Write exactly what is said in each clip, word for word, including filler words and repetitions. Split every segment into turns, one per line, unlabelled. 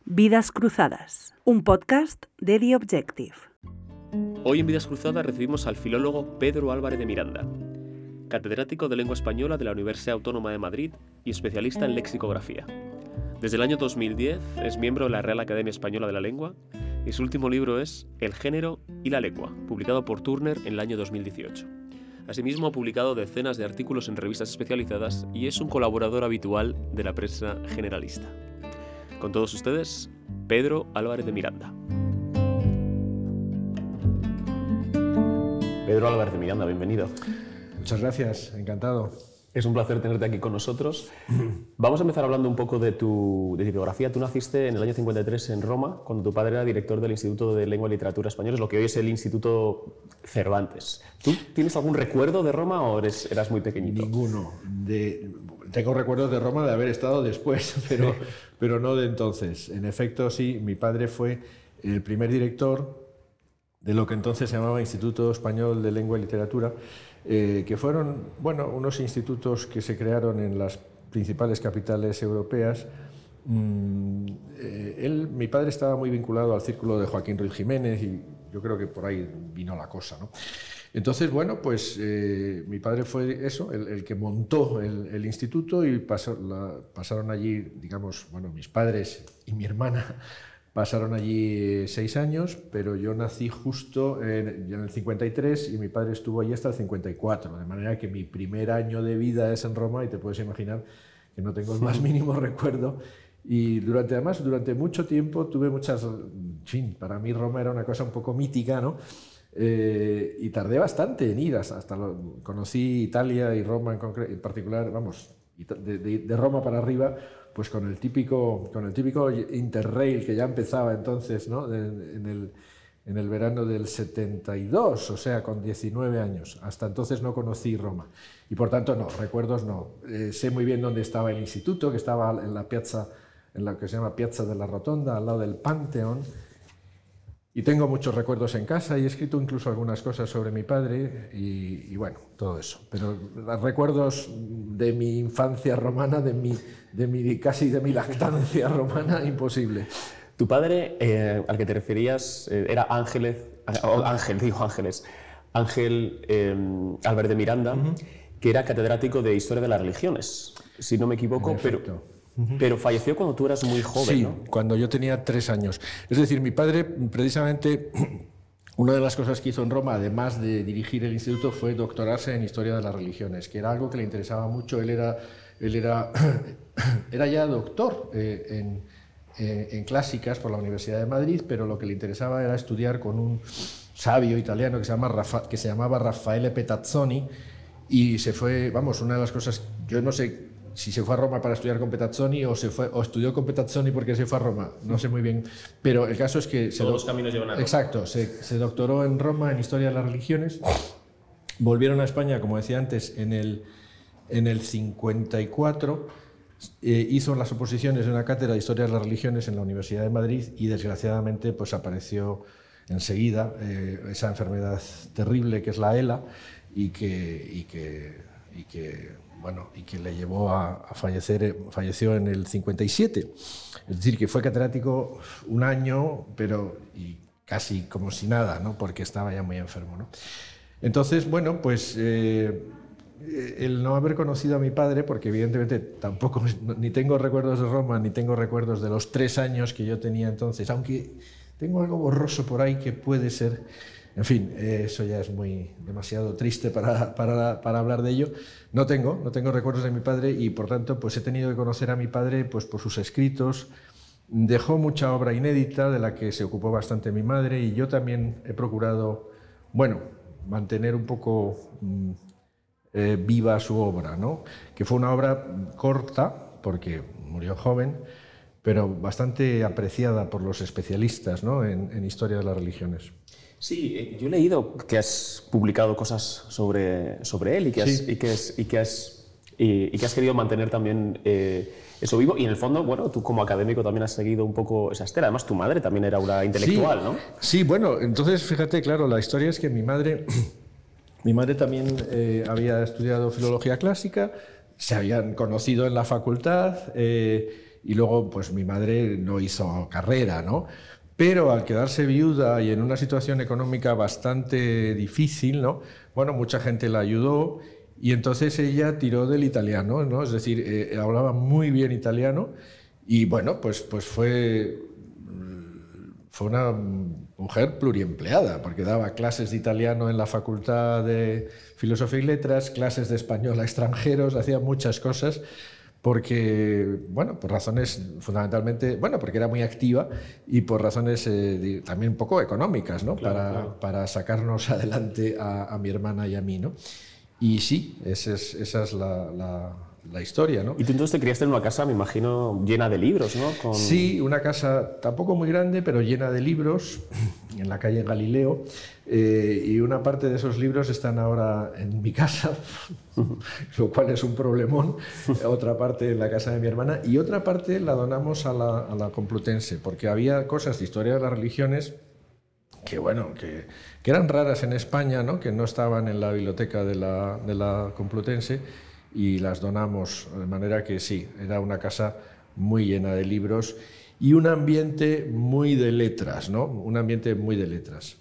Vidas Cruzadas, un podcast de The Objective.
Hoy en Vidas Cruzadas recibimos al filólogo Pedro Álvarez de Miranda, catedrático de Lengua Española de la Universidad Autónoma de Madrid y especialista en lexicografía. Desde el año dos mil diez es miembro de la Real Academia Española de la Lengua y su último libro es El género y la lengua, publicado por Turner en el año dos mil dieciocho. Asimismo ha publicado decenas de artículos en revistas especializadas y es un colaborador habitual de la prensa generalista. Con todos ustedes, Pedro Álvarez de Miranda. Pedro Álvarez de Miranda, bienvenido.
Muchas gracias, encantado.
Es un placer tenerte aquí con nosotros. Vamos a empezar hablando un poco de tu, de tu biografía. Tú naciste en el año cincuenta y tres en Roma, cuando tu padre era director del Instituto de Lengua y Literatura Españoles, lo que hoy es el Instituto Cervantes. ¿Tú tienes algún recuerdo de Roma o eres, eras muy pequeñito?
Ninguno. De, tengo recuerdos de Roma de haber estado después, pero, pero no de entonces. En efecto, sí, mi padre fue el primer director de lo que entonces se llamaba Instituto Español de Lengua y Literatura, eh, que fueron bueno, unos institutos que se crearon en las principales capitales europeas. Mm, eh, él, mi padre estaba muy vinculado al círculo de Joaquín Ruiz Jiménez y yo creo que por ahí vino la cosa, ¿no? Entonces, bueno, pues eh, mi padre fue eso, el, el que montó el, el instituto y pasó, la, pasaron allí, digamos, bueno, mis padres y mi hermana pasaron allí seis años, pero yo nací justo en, en el cincuenta y tres y mi padre estuvo allí hasta el cincuenta y cuatro, de manera que mi primer año de vida es en Roma y te puedes imaginar que no tengo el más mínimo recuerdo. Y durante, además, durante mucho tiempo tuve muchas... En fin, para mí Roma era una cosa un poco mítica, ¿no? Eh, y tardé bastante en ir, hasta, hasta lo, conocí Italia y Roma en, concre- en particular, vamos, de, de, de Roma para arriba, pues con el típico, con el típico Interrail que ya empezaba entonces, ¿no? De, en, el, en el verano del setenta y dos, o sea, con diecinueve años. Hasta entonces no conocí Roma. Y por tanto, no, recuerdos no. Eh, sé muy bien dónde estaba el instituto, que estaba en la piazza, en lo que se llama Piazza della Rotonda, al lado del Pantheon. Y tengo muchos recuerdos en casa y he escrito incluso algunas cosas sobre mi padre y, y bueno, todo eso. Pero recuerdos de mi infancia romana, de mi, de mi casi de mi lactancia romana, imposible.
Tu padre, eh, al que te referías, eh, era Ángeles, oh, Ángel, digo Ángeles, Ángel eh, Álvarez de Miranda, uh-huh. que era catedrático de Historia de las Religiones, si no me equivoco, pero... Pero falleció cuando tú eras muy joven,
sí,
¿no?
Cuando yo tenía tres años. Es decir, mi padre, precisamente, una de las cosas que hizo en Roma, además de dirigir el instituto, fue doctorarse en Historia de las Religiones, que era algo que le interesaba mucho. Él era, él era, era ya doctor eh, en, eh, en clásicas por la Universidad de Madrid, pero lo que le interesaba era estudiar con un sabio italiano que se, llama Rafa, que se llamaba Raffaele Petazzoni, y se fue, vamos, una de las cosas, yo no sé si se fue a Roma para estudiar con Petazzoni o, se fue, o estudió con Petazzoni porque se fue a Roma, no sé muy bien, pero el caso es que...
Todos los caminos llevan a Roma.
Exacto, se, se doctoró en Roma en Historia de las Religiones, volvieron a España, como decía antes, en el, en el cincuenta y cuatro, eh, hizo las oposiciones de una cátedra de Historia de las Religiones en la Universidad de Madrid y desgraciadamente pues apareció enseguida eh, esa enfermedad terrible que es la ELA y que... Y que, y que Bueno, y que le llevó a, a fallecer, falleció en el cincuenta y siete. Es decir, que fue catedrático un año, pero y casi como si nada, ¿no? Porque estaba ya muy enfermo, ¿no? Entonces, bueno, pues eh, el no haber conocido a mi padre, porque evidentemente tampoco, ni tengo recuerdos de Roma, ni tengo recuerdos de los tres años que yo tenía entonces, aunque tengo algo borroso por ahí que puede ser... En fin, eso ya es muy demasiado triste para, para, para hablar de ello. No tengo, no tengo recuerdos de mi padre y por tanto pues he tenido que conocer a mi padre pues, por sus escritos. Dejó mucha obra inédita de la que se ocupó bastante mi madre y yo también he procurado, bueno, mantener un poco mm, eh, viva su obra, ¿no? Que fue una obra corta porque murió joven, pero bastante apreciada por los especialistas, ¿no? en, en historia de las religiones.
Sí, yo he leído que has publicado cosas sobre, sobre él y que has,
sí.
y que has, y que has, y, y que has querido mantener también eh, eso vivo. Y en el fondo, bueno, tú como académico también has seguido un poco esa estela. Además, tu madre también era una intelectual,
sí,
¿no?
Sí, bueno, entonces fíjate, claro, la historia es que mi madre, mi madre también eh, había estudiado filología clásica, se habían conocido en la facultad. Eh, y luego pues mi madre no hizo carrera, ¿no? Pero al quedarse viuda y en una situación económica bastante difícil, ¿no? Bueno, mucha gente la ayudó y entonces ella tiró del italiano, ¿no? Es decir, eh, hablaba muy bien italiano y bueno, pues, pues fue, fue una mujer pluriempleada, porque daba clases de italiano en la Facultad de Filosofía y Letras, clases de español a extranjeros, hacía muchas cosas. Porque, bueno, por razones fundamentalmente, bueno, porque era muy activa y por razones eh, también un poco económicas, ¿no?
Claro,
para,
claro.
para sacarnos adelante a, a mi hermana y a mí, ¿no? Y sí, esa es, esa es la, la, la historia, ¿no?
Y tú entonces te criaste en una casa, me imagino, llena de libros, ¿no? Con...
Sí, una casa tampoco muy grande, pero llena de libros, en la calle Galileo, eh, y una parte de esos libros están ahora en mi casa, lo cual es un problemón, otra parte en la casa de mi hermana, y otra parte la donamos a la, a la Complutense, porque había cosas de historia de las religiones que, bueno, que, que eran raras en España, ¿no? Que no estaban en la biblioteca de la, de la Complutense, y las donamos, de manera que sí, era una casa muy llena de libros y un ambiente muy de letras, ¿no? Un ambiente muy de letras.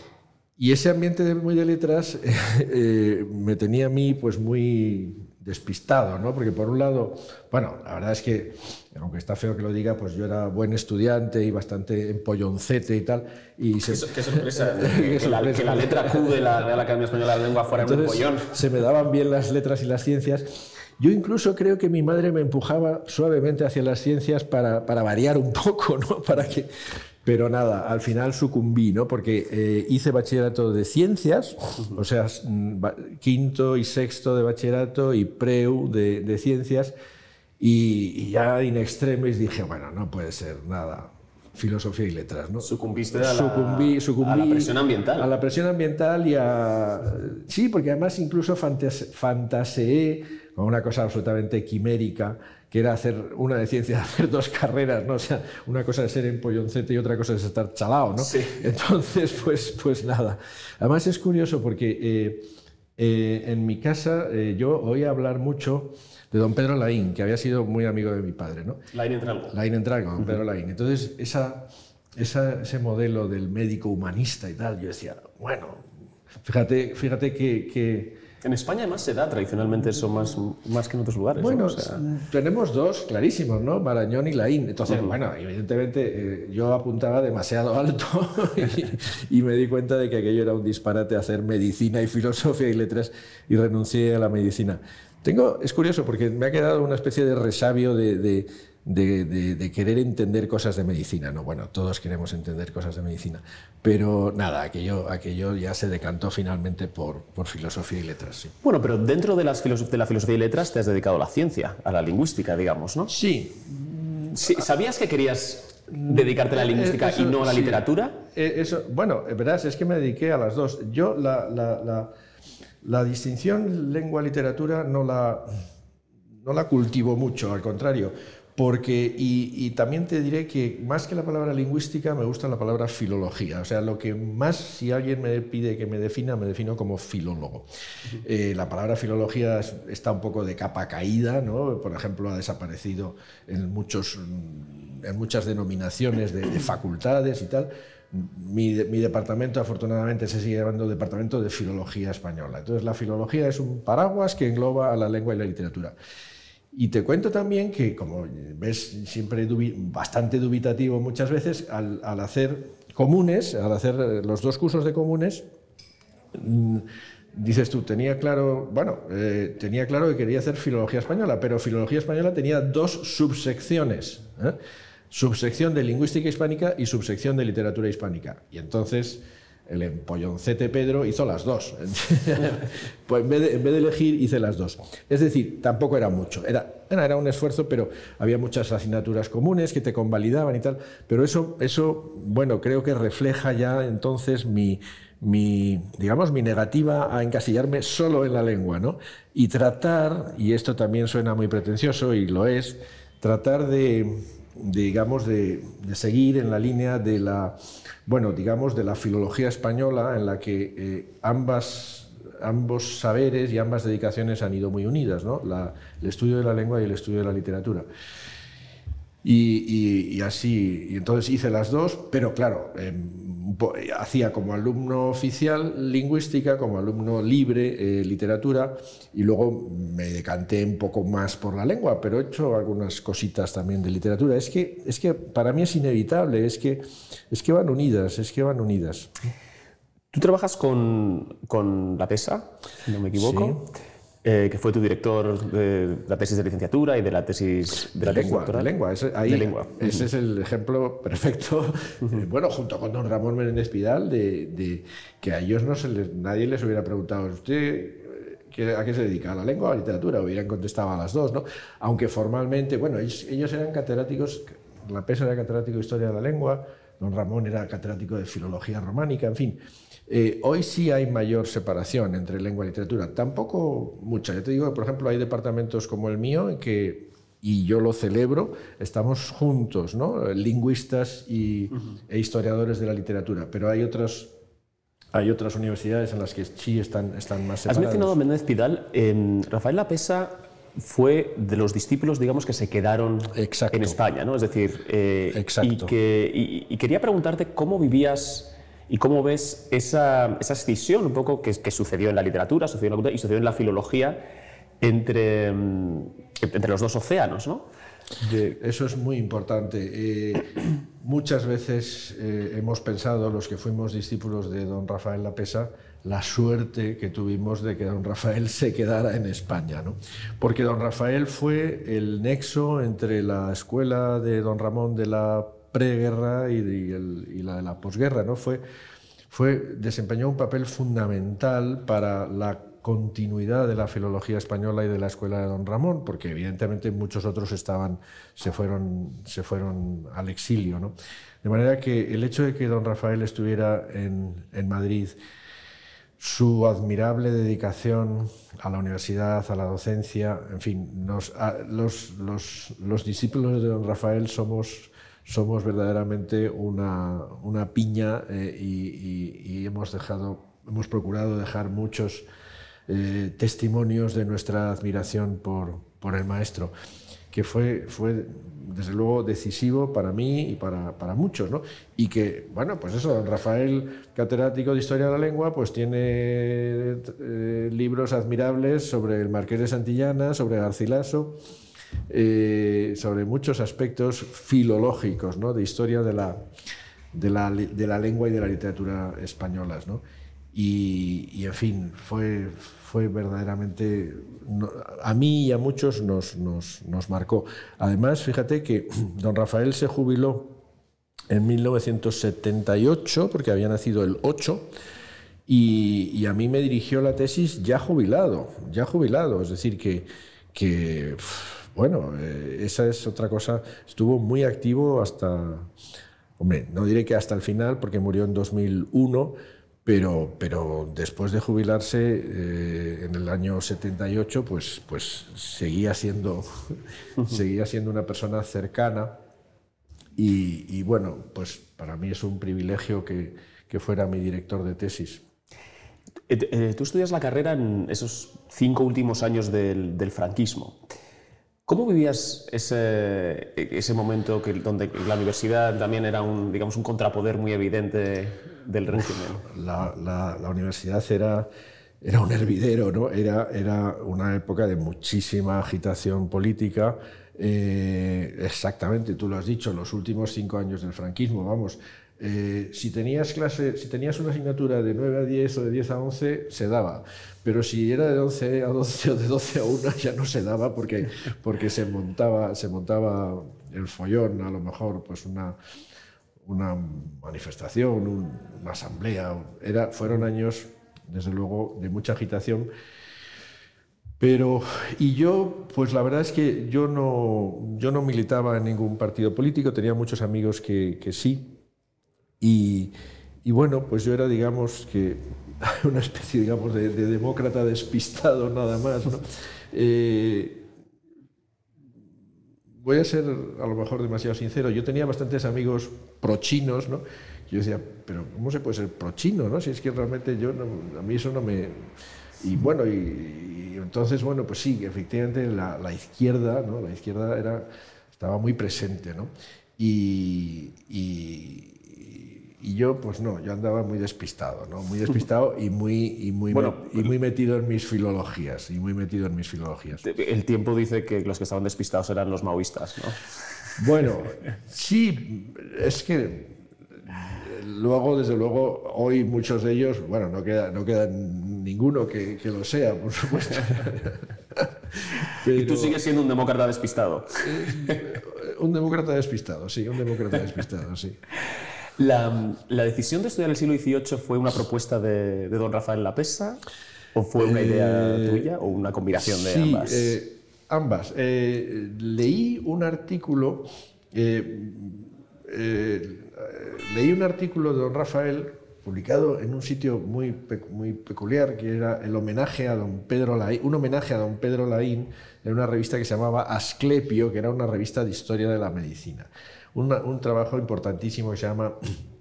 Y ese ambiente de, muy de letras eh, eh, me tenía a mí pues muy despistado, ¿no? Porque por un lado, bueno, la verdad es que, aunque está feo que lo diga, pues yo era buen estudiante y bastante empolloncete y tal. Y se,
qué, qué sorpresa, que, que, la, que la letra Q de la Real Academia Española de la Lengua fuera
Entonces,
un empollón.
Se me daban bien las letras y las ciencias. Yo incluso creo que mi madre me empujaba suavemente hacia las ciencias para, para variar un poco, ¿no? Para que... Pero nada, al final sucumbí, ¿no? Porque eh, hice bachillerato de ciencias, uh-huh. O sea, quinto y sexto de bachillerato y preu de, de ciencias, y, y ya in extremis dije, bueno, no puede ser nada, filosofía y letras, ¿no?
Sucumbiste a la,
sucumbí, sucumbí
a la presión ambiental.
A la presión ambiental y a... Sí, porque además incluso fantase, fantaseé con una cosa absolutamente quimérica, que era hacer una de ciencia, hacer dos carreras, ¿no? O sea, una cosa es ser empolloncete y otra cosa es estar chalao, ¿no?
Sí.
Entonces, pues, pues nada. Además es curioso porque eh, eh, en mi casa eh, yo oía hablar mucho de don Pedro Laín, que había sido muy amigo de mi padre, ¿no?
Laín Entralgo.
Laín Entralgo, don Pedro Laín. Entonces, esa, esa, ese modelo del médico humanista y tal, yo decía, bueno, fíjate, fíjate que... que
en España además se da tradicionalmente eso más, más que en otros lugares.
Bueno,
¿no? O sea...
tenemos dos clarísimos, ¿no? Marañón y Laín. Entonces,
uh-huh.
bueno, evidentemente eh, yo apuntaba demasiado alto y, y me di cuenta de que aquello era un disparate hacer medicina y filosofía y letras y renuncié a la medicina. Tengo, es curioso porque me ha quedado una especie de resabio de... de De, de, de querer entender cosas de medicina, ¿no? Bueno, todos queremos entender cosas de medicina, pero nada, aquello, aquello ya se decantó finalmente por, por filosofía y letras, sí.
Bueno, pero dentro de, las filosof- de la filosofía y letras te has dedicado a la ciencia, a la lingüística, digamos, ¿no?
Sí.
sí ¿Sabías que querías dedicarte a la lingüística
eso,
y no a la
sí.
literatura?
Eso, bueno, verás, es que me dediqué a las dos. Yo la, la, la, la distinción lengua-literatura no la, no la cultivo mucho, al contrario. Porque, y, y también te diré que más que la palabra lingüística me gusta la palabra filología. O sea, lo que más, si alguien me pide que me defina, me defino como filólogo. Uh-huh. Eh, la palabra filología es, está un poco de capa caída, ¿no? Por ejemplo, ha desaparecido en, muchos, en muchas denominaciones de, de facultades y tal. Mi, mi departamento, afortunadamente, se sigue llamando Departamento de Filología Española. Entonces, la filología es un paraguas que engloba a la lengua y la literatura. Y te cuento también que, como ves, siempre dubi- bastante dubitativo muchas veces, al, al hacer comunes, al hacer los dos cursos de comunes, mmm, dices tú, tenía claro, bueno, eh, tenía claro que quería hacer filología española, pero filología española tenía dos subsecciones, ¿eh? Subsección de lingüística hispánica y subsección de literatura hispánica. Y entonces el empolloncete Pedro hizo las dos. Pues en vez, de, en vez de elegir, hice las dos. Es decir, tampoco era mucho. Era, era un esfuerzo, pero había muchas asignaturas comunes que te convalidaban y tal. Pero eso, eso bueno, creo que refleja ya entonces mi, mi, digamos, mi negativa a encasillarme solo en la lengua, ¿no? Y tratar, y esto también suena muy pretencioso, y lo es, tratar de, digamos, de, de seguir en la línea de la... Bueno, digamos, de la filología española, en la que eh, ambas, ambos saberes y ambas dedicaciones han ido muy unidas, ¿no? La, el estudio de la lengua y el estudio de la literatura. Y, y, y así, y entonces hice las dos, pero claro, eh, hacía como alumno oficial lingüística, como alumno libre eh, literatura, y luego me decanté un poco más por la lengua, pero he hecho algunas cositas también de literatura. Es que, es que para mí es inevitable, es que, es que van unidas, es que van unidas.
Tú trabajas con, con la PESA, si no me equivoco. Sí. Eh, que fue tu director de la tesis de licenciatura y de la tesis de, de la
lengua, de lengua. Ese, ahí,
de lengua.
Ese uh-huh. es el ejemplo perfecto, uh-huh. eh, bueno, junto con don Ramón Menéndez Pidal, de, de que a ellos no se les, nadie les hubiera preguntado, ¿usted a qué se dedica? ¿A la lengua o a la literatura? Hubieran contestado a las dos, ¿no? Aunque formalmente, bueno, ellos, ellos eran catedráticos, la PESA era catedrático de Historia de la Lengua, don Ramón era catedrático de Filología Románica, en fin. Eh, hoy sí hay mayor separación entre lengua y literatura, tampoco mucha. Yo te digo que, por ejemplo, hay departamentos como el mío en que, y yo lo celebro, estamos juntos, ¿no? Lingüistas y, uh-huh. e historiadores de la literatura, pero hay otras, hay otras universidades en las que sí están, están más separadas.
Has mencionado a Menéndez Pidal. Eh, Rafael Lapesa fue de los discípulos, digamos, que se quedaron Exacto. en España, ¿no? Es decir, eh,
Exacto.
Y, que, y, y quería preguntarte cómo vivías y cómo ves esa, esa escisión un poco que, que sucedió en la literatura, sucedió en la cultura y sucedió en la filología entre, entre los dos océanos, ¿no?
De... Eso es muy importante. Eh, muchas veces eh, hemos pensado, los que fuimos discípulos de don Rafael Lapesa, la suerte que tuvimos de que don Rafael se quedara en España, ¿no? Porque don Rafael fue el nexo entre la escuela de don Ramón de la preguerra y, y, el, y la de la posguerra, ¿no? Fue, fue, desempeñó un papel fundamental para la continuidad de la filología española y de la escuela de don Ramón, porque evidentemente muchos otros estaban, se fueron, se fueron al exilio, ¿no? De manera que el hecho de que don Rafael estuviera en, en Madrid, su admirable dedicación a la universidad, a la docencia, en fin, nos, a, los, los, los discípulos de don Rafael somos... somos verdaderamente una, una piña eh, y, y, y hemos dejado, hemos procurado dejar muchos eh, testimonios de nuestra admiración por, por el maestro, que fue, fue desde luego decisivo para mí y para, para muchos, ¿no? Y que, bueno, pues eso, don Rafael, catedrático de Historia de la Lengua, pues tiene eh, libros admirables sobre el Marqués de Santillana, sobre Garcilaso, Eh, sobre muchos aspectos filológicos, ¿no? De historia de la, de, la, de la lengua y de la literatura españolas, ¿no? Y, y en fin, fue, fue verdaderamente, no, a mí y a muchos nos, nos, nos marcó. Además, fíjate que don Rafael se jubiló en mil novecientos setenta y ocho, porque había nacido el ocho, y, y a mí me dirigió la tesis ya jubilado, ya jubilado, es decir, que, que bueno, eh, esa es otra cosa. Estuvo muy activo hasta, hombre, no diré que hasta el final, porque murió en dos mil uno, pero, pero después de jubilarse eh, en el año setenta y ocho, pues, pues seguía siendo, seguía siendo una persona cercana y, y bueno, pues para mí es un privilegio que, que fuera mi director de tesis.
Tú estudias la carrera en esos cinco últimos años del, del franquismo. ¿Cómo vivías ese, ese momento que, donde la universidad también era un, digamos, un contrapoder muy evidente del régimen?
La, la, la universidad era, era un hervidero, ¿no? Era, era una época de muchísima agitación política. Eh, exactamente, tú lo has dicho, los últimos cinco años del franquismo, vamos. Eh, si tenías clase, si tenías una asignatura de nueve a diez o de diez a once, se daba. Pero si era de once a doce o de doce a una, ya no se daba porque, porque se, montaba, se montaba el follón, a lo mejor pues una, una manifestación, un, una asamblea. Era, fueron años, desde luego, de mucha agitación. Pero, y yo, pues la verdad es que yo no, yo no militaba en ningún partido político, tenía muchos amigos que, que sí. Y, y bueno, pues yo era, digamos, que una especie, digamos, de, de demócrata despistado nada más, ¿no? Eh, voy a ser a lo mejor demasiado sincero, yo tenía bastantes amigos prochinos, ¿no? Yo decía, pero ¿cómo se puede ser prochino, no? Si es que realmente yo, no, a mí eso no me... Y bueno, y, y entonces, bueno, pues sí, efectivamente la, la izquierda, ¿no? La izquierda era... estaba muy presente, ¿no? Y, y, y yo, pues no, yo andaba muy despistado, ¿no? Muy despistado y muy, y, muy
bueno,
me, y muy metido en mis filologías, y muy metido en mis filologías.
El tiempo dice que los que estaban despistados eran los maoístas, ¿no?
Bueno, sí, es que luego, desde luego, hoy muchos de ellos, bueno, no queda, no queda ninguno que, que lo sea, por supuesto.
Pero, ¿y tú sigues siendo un demócrata despistado?
Un demócrata despistado, sí, un demócrata despistado, sí.
La, ¿La decisión de estudiar el siglo dieciocho fue una propuesta de, de don Rafael Lapesa? ¿O fue una idea eh, tuya o una combinación de
sí,
ambas?
Eh, ambas. Eh, leí un artículo... Eh, eh, leí un artículo de don Rafael publicado en un sitio muy, muy peculiar, que era el homenaje a don Pedro Laín, un homenaje a don Pedro Laín en una revista que se llamaba Asclepio, que era una revista de historia de la medicina. Una, un trabajo importantísimo que se llama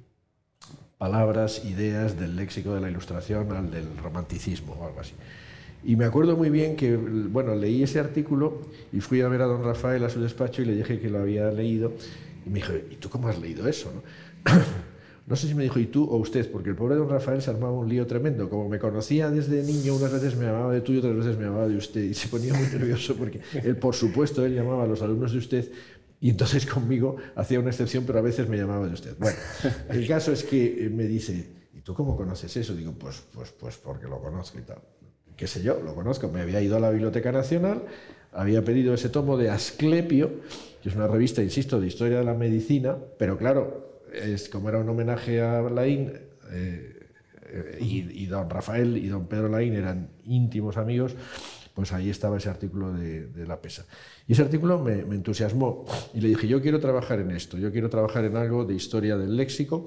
Palabras, ideas del léxico de la ilustración al del romanticismo o algo así. Y me acuerdo muy bien que, bueno, leí ese artículo y fui a ver a don Rafael a su despacho y le dije que lo había leído. Y me dijo, ¿y tú cómo has leído eso? ¿No? No sé si me dijo, ¿y tú o usted? Porque el pobre don Rafael se armaba un lío tremendo. Como me conocía desde niño, unas veces me llamaba de tú y otras veces me llamaba de usted. Y se ponía muy nervioso porque él, por supuesto, él llamaba a los alumnos de usted y entonces conmigo hacía una excepción, pero a veces me llamaba de usted. Bueno, el caso es que me dice, ¿y tú cómo conoces eso? Digo, pues, pues, pues porque lo conozco y tal. Qué sé yo, lo conozco. Me había ido a la Biblioteca Nacional, había pedido ese tomo de Asclepio, que es una revista, insisto, de historia de la medicina, pero claro, es como era un homenaje a Laín, eh, y, y don Rafael y don Pedro Laín eran íntimos amigos, pues ahí estaba ese artículo de, de Lapesa. Y ese artículo me, me entusiasmó y le dije, yo quiero trabajar en esto, yo quiero trabajar en algo de historia del léxico.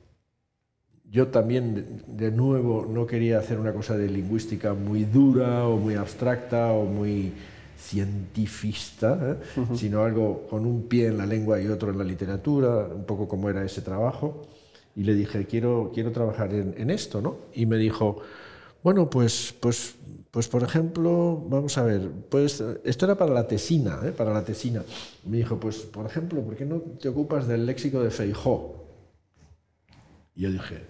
Yo también, de nuevo, no quería hacer una cosa de lingüística muy dura o muy abstracta o muy cientifista, ¿eh? Uh-huh. Sino algo con un pie en la lengua y otro en la literatura, un poco como era ese trabajo. Y le dije, quiero, quiero trabajar en, en esto, ¿no? Y me dijo, bueno, pues, pues, pues por ejemplo, vamos a ver, pues esto era para la tesina, ¿eh? Para la tesina. Me dijo, pues por ejemplo, ¿por qué no te ocupas del léxico de Feijóo? Y yo dije,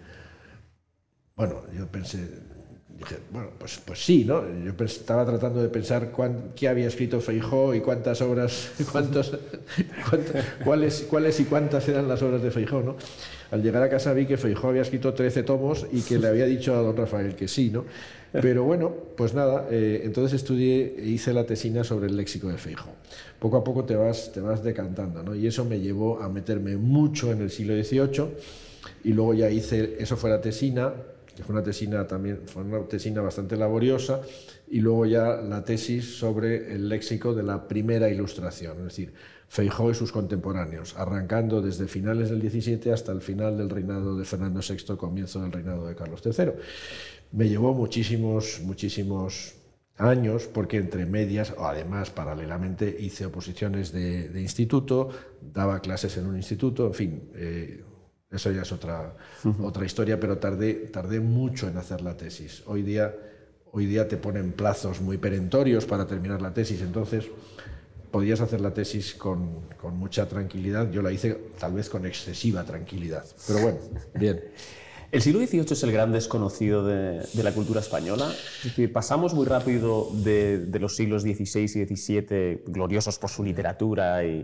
bueno, yo pensé, dije, bueno, pues, pues sí, ¿no? Yo estaba tratando de pensar cuán, qué había escrito Feijóo y cuántas obras, cuántos, cuántas, cuáles, cuáles y cuántas eran las obras de Feijóo, ¿no? Al llegar a casa vi que Feijóo había escrito trece tomos y que le había dicho a don Rafael que sí, ¿no? Pero bueno, pues nada, eh, entonces estudié e hice la tesina sobre el léxico de Feijóo. Poco a poco te vas, te vas decantando, ¿no? Y eso me llevó a meterme mucho en el siglo dieciocho y luego ya hice, eso fue la tesina, que fue una tesina también, fue una tesina bastante laboriosa, y luego ya la tesis sobre el léxico de la primera ilustración, es decir, Feijóo y sus contemporáneos, arrancando desde finales del diecisiete hasta el final del reinado de Fernando sexto, comienzo del reinado de Carlos tercero. Me llevó muchísimos, muchísimos años, porque entre medias, o además paralelamente, hice oposiciones de, de instituto, daba clases en un instituto, en fin, eh, eso ya es otra, uh-huh. otra historia, pero tardé, tardé mucho en hacer la tesis. Hoy día, hoy día te ponen plazos muy perentorios para terminar la tesis, entonces podías hacer la tesis con, con mucha tranquilidad. Yo la hice tal vez con excesiva tranquilidad, pero bueno, bien.
¿El siglo dieciocho es el gran desconocido de, de la cultura española? Es decir, pasamos muy rápido de, de los siglos dieciséis y diecisiete, gloriosos por su literatura y,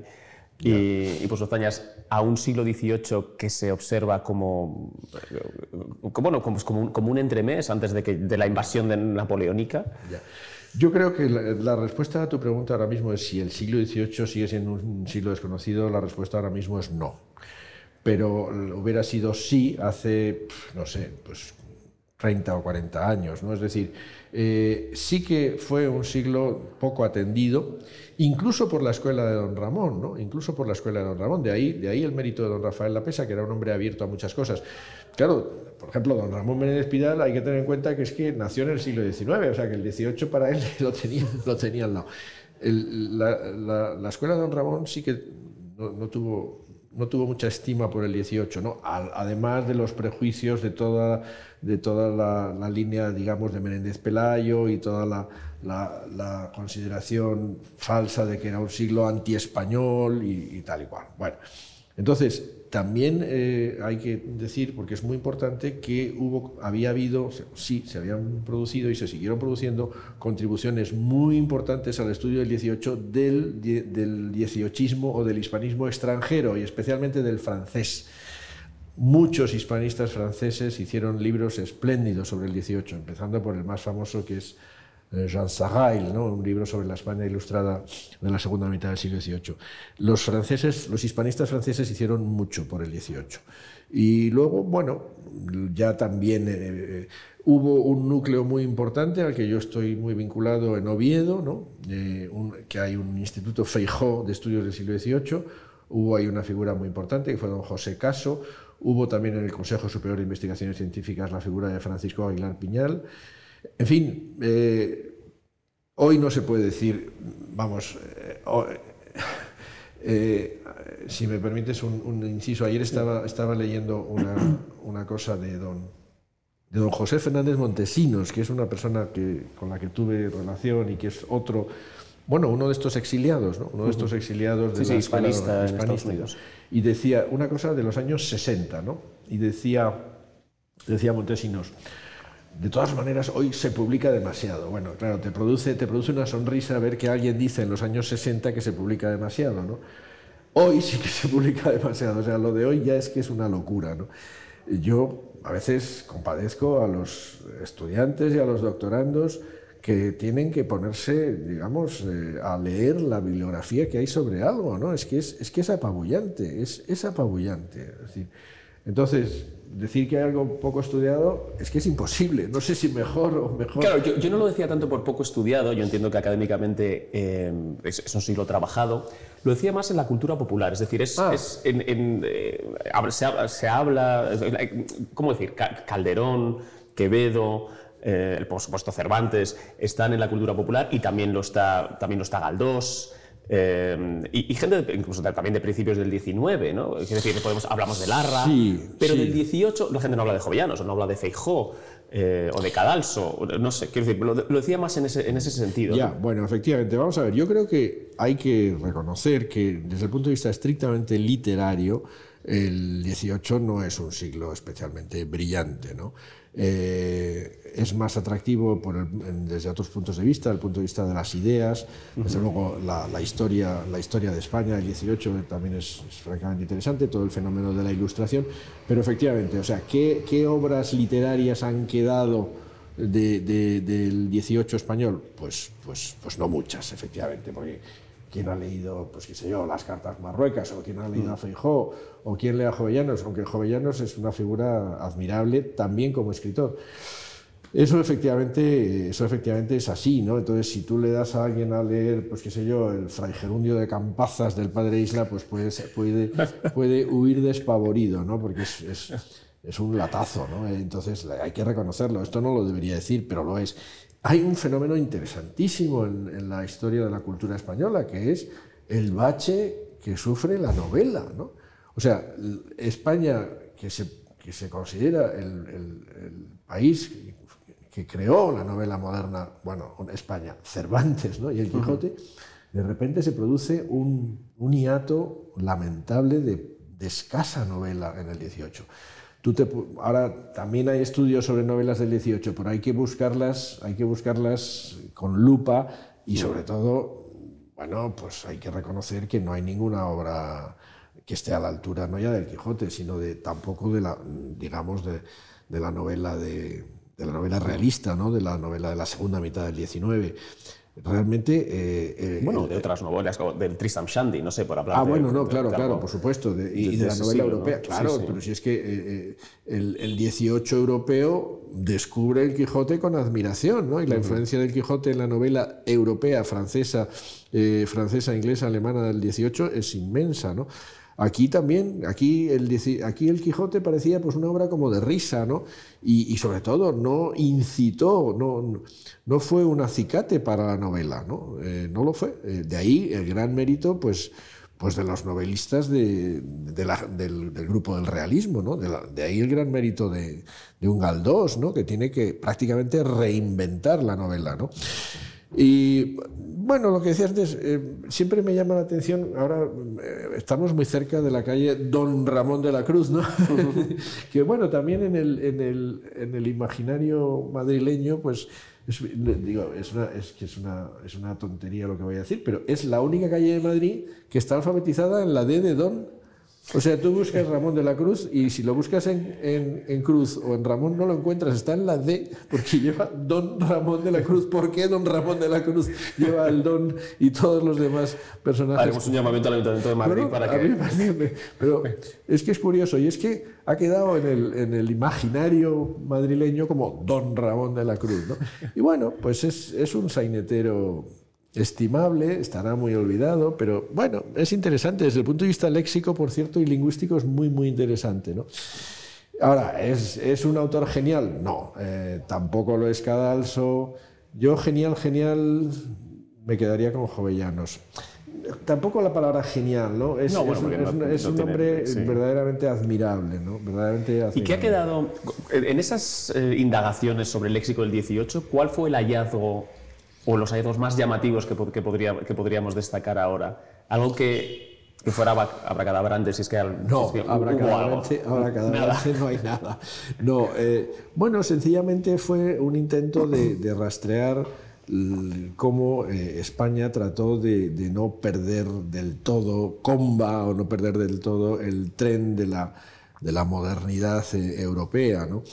y, y por sus hazañas, a un siglo dieciocho que se observa como, como, bueno, como, como, un, como un entremés antes de, que, de la invasión de napoleónica.
Ya. Yo creo que la, la respuesta a tu pregunta ahora mismo es si el siglo dieciocho sigue siendo un siglo desconocido. La respuesta ahora mismo es no. Pero hubiera sido sí hace, no sé, pues treinta o cuarenta años, ¿no? Es decir, eh, sí que fue un siglo poco atendido, incluso por la escuela de don Ramón, ¿no? Incluso por la escuela de don Ramón. De ahí, de ahí el mérito de don Rafael Lapesa, que era un hombre abierto a muchas cosas. Claro, por ejemplo, don Ramón Menéndez Pidal, hay que tener en cuenta que es que nació en el siglo diecinueve, o sea que el dieciocho para él lo tenía, lo tenía al lado. El, la, la, la escuela de don Ramón sí que no, no tuvo... no tuvo mucha estima por el dieciocho, ¿no? Además de los prejuicios de toda, de toda la, la línea, digamos, de Menéndez Pelayo y toda la, la, la consideración falsa de que era un siglo anti-español y, y tal y cual. Bueno, entonces también eh, hay que decir, porque es muy importante, que hubo, había habido, sí, se habían producido y se siguieron produciendo contribuciones muy importantes al estudio del dieciocho del, del dieciochismo o del hispanismo extranjero y especialmente del francés. Muchos hispanistas franceses hicieron libros espléndidos sobre el dieciocho, empezando por el más famoso, que es Jean Sarail, ¿no? Un libro sobre la España ilustrada de la segunda mitad del siglo dieciocho. Los franceses, los hispanistas franceses hicieron mucho por el dieciocho. Y luego, bueno, ya también eh, hubo un núcleo muy importante al que yo estoy muy vinculado en Oviedo, ¿no? Eh, un, que hay un instituto Feijó de estudios del siglo dieciocho. Hubo ahí una figura muy importante que fue don José Caso. Hubo también en el Consejo Superior de Investigaciones Científicas la figura de Francisco Aguilar Piñal. En fin, eh, hoy no se puede decir, vamos, eh, oh, eh, si me permites un, un inciso, ayer estaba, estaba leyendo una, una cosa de don, de don José Fernández Montesinos, que es una persona que, con la que tuve relación y que es otro, bueno, uno de estos exiliados, ¿no? Uno de estos exiliados de
sí,
la
sí, hispanista en Estados Unidos.
Y decía una cosa de los años sesenta, ¿no? Y decía, decía Montesinos, de todas maneras, hoy se publica demasiado. Bueno, claro, te produce, te produce una sonrisa ver que alguien dice en los años sesenta que se publica demasiado, ¿no? Hoy sí que se publica demasiado, o sea, lo de hoy ya es que es una locura, ¿no? Yo a veces compadezco a los estudiantes y a los doctorandos que tienen que ponerse, digamos, eh, a leer la bibliografía que hay sobre algo, ¿no? Es que es, es, que es apabullante, es, es apabullante. Es decir, entonces, decir que hay algo poco estudiado es que es imposible. No sé si mejor o mejor.
Claro, yo, yo no lo decía tanto por poco estudiado, yo entiendo que académicamente eh, es, es un siglo trabajado. Lo decía más en la cultura popular, es decir, es, ah. es en, en, eh, se, habla, se habla, ¿cómo decir? Calderón, Quevedo, eh, por supuesto Cervantes, están en la cultura popular y también lo está, también lo está Galdós. Eh, y, y gente de, incluso también de principios del diecinueve, ¿no? Es decir, podemos, hablamos de Larra,
sí,
pero
sí.
del dieciocho la gente no habla de Jovellanos, o no habla de Feijó, eh, o de Cadalso, no sé, quiero decir, lo, lo decía más en ese, en ese sentido.
Ya,
¿no?
Bueno, efectivamente, vamos a ver, yo creo que hay que reconocer que desde el punto de vista estrictamente literario, el dieciocho no es un siglo especialmente brillante, ¿no? Eh, es más atractivo por el, desde otros puntos de vista, el punto de vista de las ideas. Desde uh-huh. luego la, la, historia, la historia de España del dieciocho también es, es francamente interesante, todo el fenómeno de la Ilustración, pero efectivamente, o sea, ¿qué, qué obras literarias han quedado de, de, del dieciocho español? Pues, pues, pues no muchas, efectivamente, porque quién ha leído, pues qué sé yo, las cartas marruecas, o quién ha leído a Feijó, o quién lee a Jovellanos, aunque Jovellanos es una figura admirable también como escritor. Eso efectivamente, eso efectivamente es así, ¿no? Entonces, si tú le das a alguien a leer, pues qué sé yo, el Fray Gerundio de Campazas del Padre Isla, pues puede, puede, puede huir despavorido, ¿no? Porque es, es, es un latazo, ¿no? Entonces hay que reconocerlo. Esto no lo debería decir, pero lo es. Hay un fenómeno interesantísimo en, en la historia de la cultura española, que es el bache que sufre la novela, ¿no? O sea, España, que se, que se considera el, el, el país que creó la novela moderna, bueno, España, Cervantes, ¿no? Y el Quijote, de repente se produce un, un hiato lamentable de, de escasa novela en el dieciocho. Tú te, ahora también hay estudios sobre novelas del dieciocho, pero hay que buscarlas, hay que buscarlas con lupa y sobre todo, bueno, pues hay que reconocer que no hay ninguna obra que esté a la altura, no ya del Quijote, sino de tampoco de la, digamos, de, de la novela de, de la novela realista, ¿no? De la novela de la segunda mitad del diecinueve. Realmente... Eh, eh,
bueno, de otras novelas, como del Tristram Shandy, no sé, por hablar
Ah,
de,
bueno, no,
de,
claro,
de
claro,
algo,
por supuesto, de, y de, de la novela
siglo,
europea,
¿no?
claro,
sí, sí.
Pero si es que eh, el, el dieciocho europeo descubre el Quijote con admiración, ¿no? Y la uh-huh. influencia del Quijote en la novela europea, francesa, eh, francesa, inglesa, alemana del dieciocho es inmensa, ¿no? Aquí también, aquí el, aquí el Quijote parecía pues una obra como de risa, ¿no? Y, y sobre todo no incitó, no, no fue un acicate para la novela, ¿no? Eh, no lo fue. Eh, de ahí el gran mérito, pues, pues de los novelistas de, de la, del, del grupo del realismo, ¿no? De, la, de ahí el gran mérito de, de un Galdós, ¿no? Que tiene que prácticamente reinventar la novela, ¿no? Y bueno, lo que decía antes, eh, siempre me llama la atención, ahora eh, estamos muy cerca de la calle Don Ramón de la Cruz, ¿no? Que bueno, también en el, en el, en el imaginario madrileño, pues es, digo, es, una, es que es una, es una tontería lo que voy a decir, pero es la única calle de Madrid que está alfabetizada en la D de Don. O sea, tú buscas Ramón de la Cruz y si lo buscas en, en, en Cruz o en Ramón no lo encuentras, está en la D porque lleva Don Ramón de la Cruz. ¿Por qué Don Ramón de la Cruz lleva el Don y todos los demás personajes?
Haremos un llamamiento al Ayuntamiento de Madrid, bueno, para que...
A mí me, pero es que es curioso y es que ha quedado en el, en el imaginario madrileño como Don Ramón de la Cruz, ¿no? Y bueno, pues es, es un sainetero estimable, estará muy olvidado, pero bueno, es interesante. Desde el punto de vista léxico, por cierto, y lingüístico es muy, muy interesante, ¿no? Ahora, ¿es, es un autor genial? No, eh, tampoco lo es Cadalso. Yo genial, genial, me quedaría con Jovellanos. Tampoco la palabra genial, ¿no? Es, no, bueno, es, es, no, es no un tiene, hombre sí. verdaderamente admirable, ¿no? Verdaderamente admirable.
¿Y qué ha quedado, en esas eh, indagaciones sobre el léxico del dieciocho, cuál fue el hallazgo o los hallazgos más llamativos que, que, podría, que podríamos destacar ahora? Algo que, que fuera abracadabrante, si es que,
no,
si es que
abracadabrante, abracadabrante no hay nada. No, eh, bueno, sencillamente fue un intento de, de rastrear cómo eh, España trató de, de no perder del todo, comba o no perder del todo el tren de la, de la modernidad eh, europea, ¿no?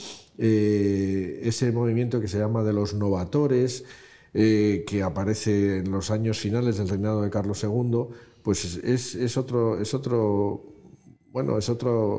Eh, ese movimiento que se llama de los novatores, Eh, que aparece en los años finales del reinado de Carlos segundo, pues es, es, otro, es otro, bueno, es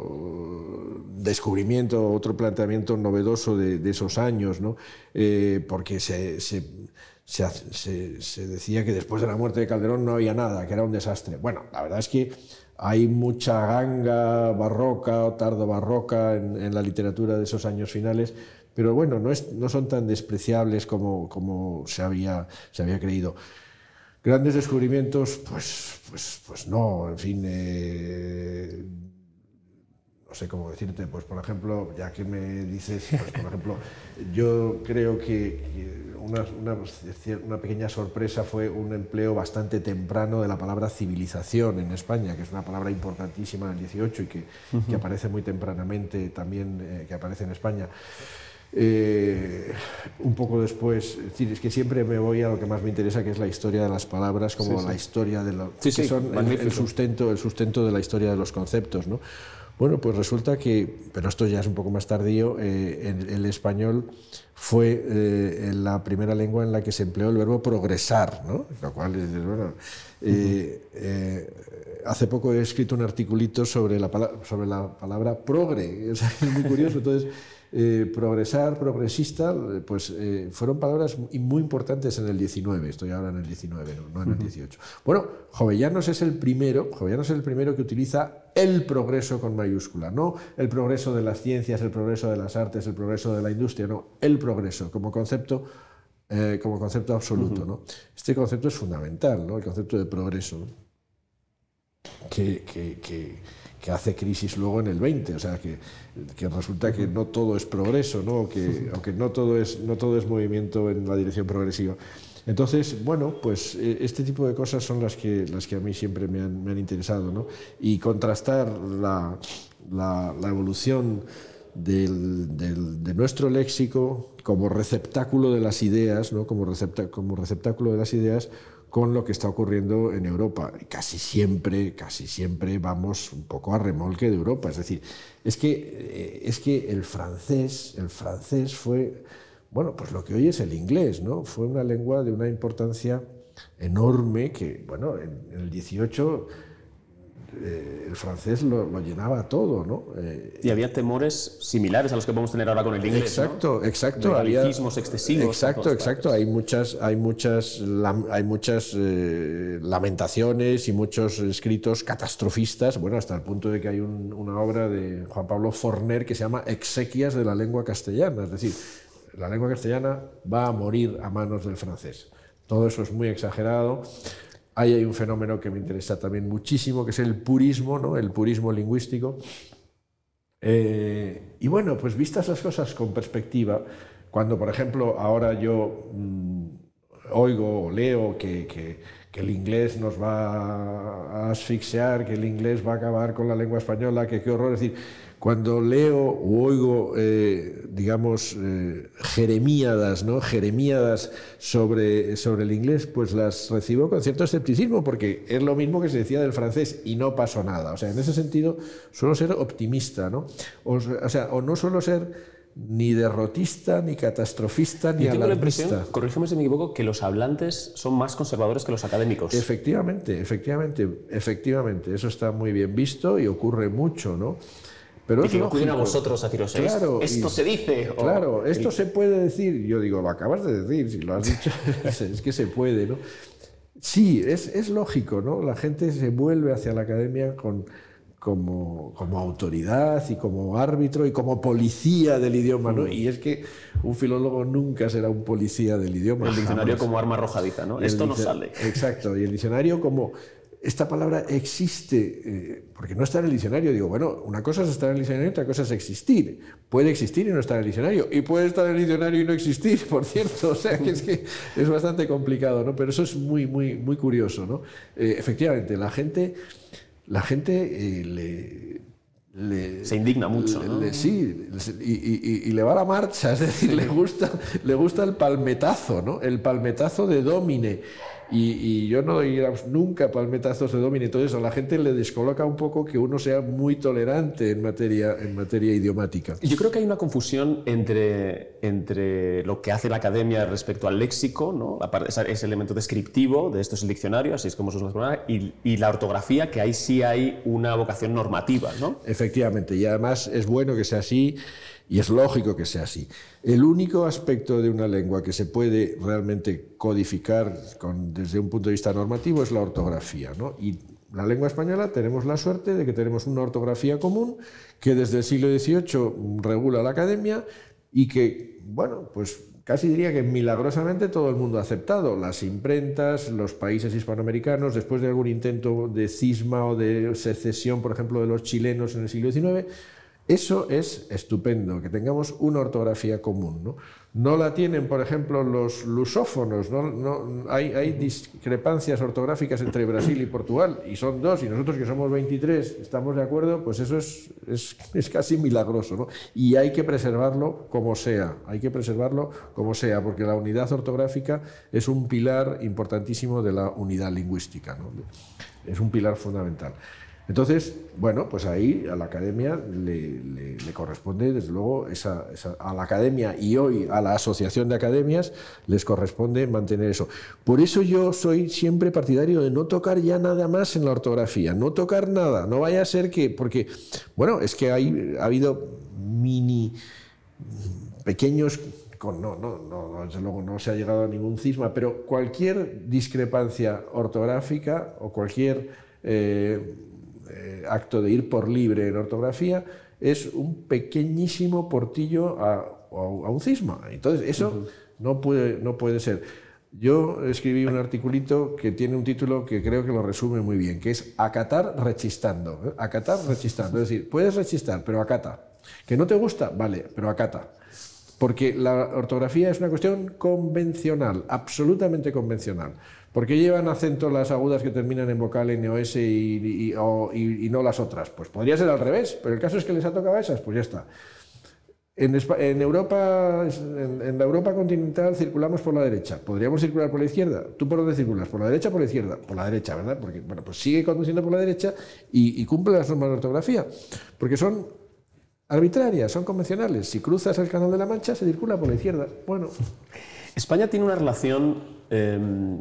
otro descubrimiento, otro planteamiento novedoso de, de esos años, ¿no? Eh, porque se, se, se, se, se decía que después de la muerte de Calderón no había nada, que era un desastre. Bueno, la verdad es que hay mucha ganga barroca o tardo barroca en, en la literatura de esos años finales, pero bueno, no, es, no son tan despreciables como, como se, había, se había creído. Grandes descubrimientos, pues, pues, pues no, en fin, eh, no sé cómo decirte, pues por ejemplo, ya que me dices, pues por ejemplo, yo creo que, que una, una, una pequeña sorpresa fue un empleo bastante temprano de la palabra civilización en España, que es una palabra importantísima en el dieciocho y que, uh-huh. que aparece muy tempranamente también, eh, que aparece en España. Eh, un poco después, es decir, es que siempre me voy a lo que más me interesa, que es la historia de las palabras, como sí, sí. la historia de lo sí, que sí, son el, el sustento, el sustento de la historia de los conceptos, ¿no? Bueno, pues resulta que, pero esto ya es un poco más tardío, eh, el, el español fue eh, la primera lengua en la que se empleó el verbo progresar, ¿no? Lo cual, bueno, eh, eh, hace poco he escrito un articulito sobre la, sobre la palabra progre, o sea, es muy curioso, entonces. Eh, progresar, progresista, pues eh, fueron palabras muy importantes en el diecinueve, estoy ahora en el diecinueve, no, no en el dieciocho. Bueno, Jovellanos es el primero, Jovellanos es el primero que utiliza el progreso con mayúscula, no el progreso de las ciencias, el progreso de las artes, el progreso de la industria, no, el progreso como concepto, eh, como concepto absoluto, uh-huh. ¿no? Este concepto es fundamental, ¿no? El concepto de progreso, ¿no? que, que, que que hace crisis luego en el veinte, o sea, que, que resulta que no todo es progreso, ¿no? Que, aunque no todo es, no todo es movimiento en la dirección progresiva. Entonces, bueno, pues este tipo de cosas son las que, las que a mí siempre me han, me han interesado, ¿no? Y contrastar la, la, la evolución del, del, de nuestro léxico como receptáculo de las ideas, ¿no? Como, recepta, como receptáculo de las ideas, con lo que está ocurriendo en Europa. Casi siempre, casi siempre vamos un poco a remolque de Europa. Es decir, es que, es que el francés, el francés fue, bueno, pues lo que hoy es el inglés, ¿no? Fue una lengua de una importancia enorme que, bueno, en, en el dieciocho eh, el francés lo, lo llenaba todo, ¿no? Eh,
y había temores similares a los que podemos tener ahora con el inglés,
exacto,
¿no?
Exacto,
de anglicismos excesivos.
Exacto, exacto. Hay muchas, hay muchas, hay muchas eh, lamentaciones y muchos escritos catastrofistas, bueno, hasta el punto de que hay un, una obra de Juan Pablo Forner que se llama Exequias de la lengua castellana, es decir, la lengua castellana va a morir a manos del francés. Todo eso es muy exagerado. Ahí hay un fenómeno que me interesa también muchísimo, que es el purismo, ¿no? El purismo lingüístico. Eh, y bueno, pues vistas las cosas con perspectiva, cuando, por ejemplo, ahora yo mmm, oigo o leo que, que, que el inglés nos va a asfixiar, que el inglés va a acabar con la lengua española, que qué horror. Es decir, cuando leo o oigo, eh, digamos, eh, jeremíadas, ¿no? jeremíadas sobre, sobre el inglés, pues las recibo con cierto escepticismo, porque es lo mismo que se decía del francés y no pasó nada. O sea, en ese sentido suelo ser optimista, ¿no? O, o sea, o no suelo ser ni derrotista, ni catastrofista, ni
alarmista. Yo tengo la impresión, corrígeme si me equivoco, que los hablantes son más conservadores que los académicos.
Efectivamente, efectivamente, efectivamente. Eso está muy bien visto y ocurre mucho, ¿no? Pero
y
es
que no
lógico.
Acuden a vosotros a deciros, claro, esto y, se dice. O,
claro, esto y... se puede decir. Yo digo, lo acabas de decir, si lo has dicho, es que se puede, ¿no? Sí, es, es lógico, ¿no? La gente se vuelve hacia la academia con, como, como autoridad y como árbitro y como policía del idioma, ¿no? Mm. Y es que un filólogo nunca será un policía del idioma.
El diccionario jamás. Como arma arrojadiza, ¿no? Esto no sale.
Exacto, y el diccionario como... Esta palabra existe, eh, porque no está en el diccionario. Digo, bueno, una cosa es estar en el diccionario y otra cosa es existir. Puede existir y no estar en el diccionario. Y puede estar en el diccionario y no existir, por cierto. O sea, que es que es bastante complicado, ¿no? Pero eso es muy, muy, muy curioso, ¿no? Eh, efectivamente, la gente, la gente eh, le... Le,
se indigna mucho,
le,
¿no?
Le, sí, y, y, y le va la marcha, es decir, sí. le, gusta, le gusta el palmetazo, ¿no? El palmetazo de Domine. Y, y yo no doy nunca palmetazos de Domine. Entonces a la gente le descoloca un poco que uno sea muy tolerante en materia, en materia idiomática.
Yo creo que hay una confusión entre, entre lo que hace la academia respecto al léxico, ¿no? Ese elemento descriptivo de esto es el diccionario, así es como se usa, y, y la ortografía, que ahí sí hay una vocación normativa, ¿no?
Efectivamente, y además es bueno que sea así. Y es lógico que sea así. El único aspecto de una lengua que se puede realmente codificar con, desde un punto de vista normativo es la ortografía, ¿no? Y la lengua española tenemos la suerte de que tenemos una ortografía común que desde el siglo dieciocho regula la academia y que, bueno, pues casi diría que milagrosamente todo el mundo ha aceptado. Las imprentas, los países hispanoamericanos, después de algún intento de cisma o de secesión, por ejemplo, de los chilenos en el siglo diecinueve, eso es estupendo, que tengamos una ortografía común, ¿no? No la tienen, por ejemplo, los lusófonos, ¿no? No, hay, hay discrepancias ortográficas entre Brasil y Portugal, y son dos, y nosotros que somos veintitrés estamos de acuerdo, pues eso es, es, es casi milagroso, ¿no? Y hay que preservarlo como sea, hay que preservarlo como sea, porque la unidad ortográfica es un pilar importantísimo de la unidad lingüística, ¿no? Es un pilar fundamental. Entonces, bueno, pues ahí a la academia le, le, le corresponde, desde luego, esa, esa, a la academia y hoy a la asociación de academias les corresponde mantener eso. Por eso yo soy siempre partidario de no tocar ya nada más en la ortografía, no tocar nada, no vaya a ser que, porque, bueno, es que hay, ha habido mini, pequeños... No, no, no, desde luego no se ha llegado a ningún cisma, pero cualquier discrepancia ortográfica o cualquier... Eh, Eh, acto de ir por libre en ortografía es un pequeñísimo portillo a, a, a un cisma. Entonces eso uh-huh. no, puede, no puede ser. Yo escribí un articulito que tiene un título que creo que lo resume muy bien, que es acatar rechistando. ¿eh? Acatar rechistando, es decir, puedes rechistar, pero acata. ¿Que no te gusta? Vale, pero acata. Porque la ortografía es una cuestión convencional, absolutamente convencional. ¿Por qué llevan acento las agudas que terminan en vocal N o S y, y, o, y, y no las otras? Pues podría ser al revés, pero el caso es que les ha tocado a esas, pues ya está. En, en, Europa, en, en la Europa continental circulamos por la derecha. ¿Podríamos circular por la izquierda? ¿Tú por dónde circulas? ¿Por la derecha o por la izquierda? Por la derecha, ¿verdad? Porque, bueno, pues sigue conduciendo por la derecha y, y cumple las normas de ortografía, porque son arbitrarias, son convencionales. Si cruzas el Canal de la Mancha, se circula por la izquierda. Bueno.
España tiene una relación eh,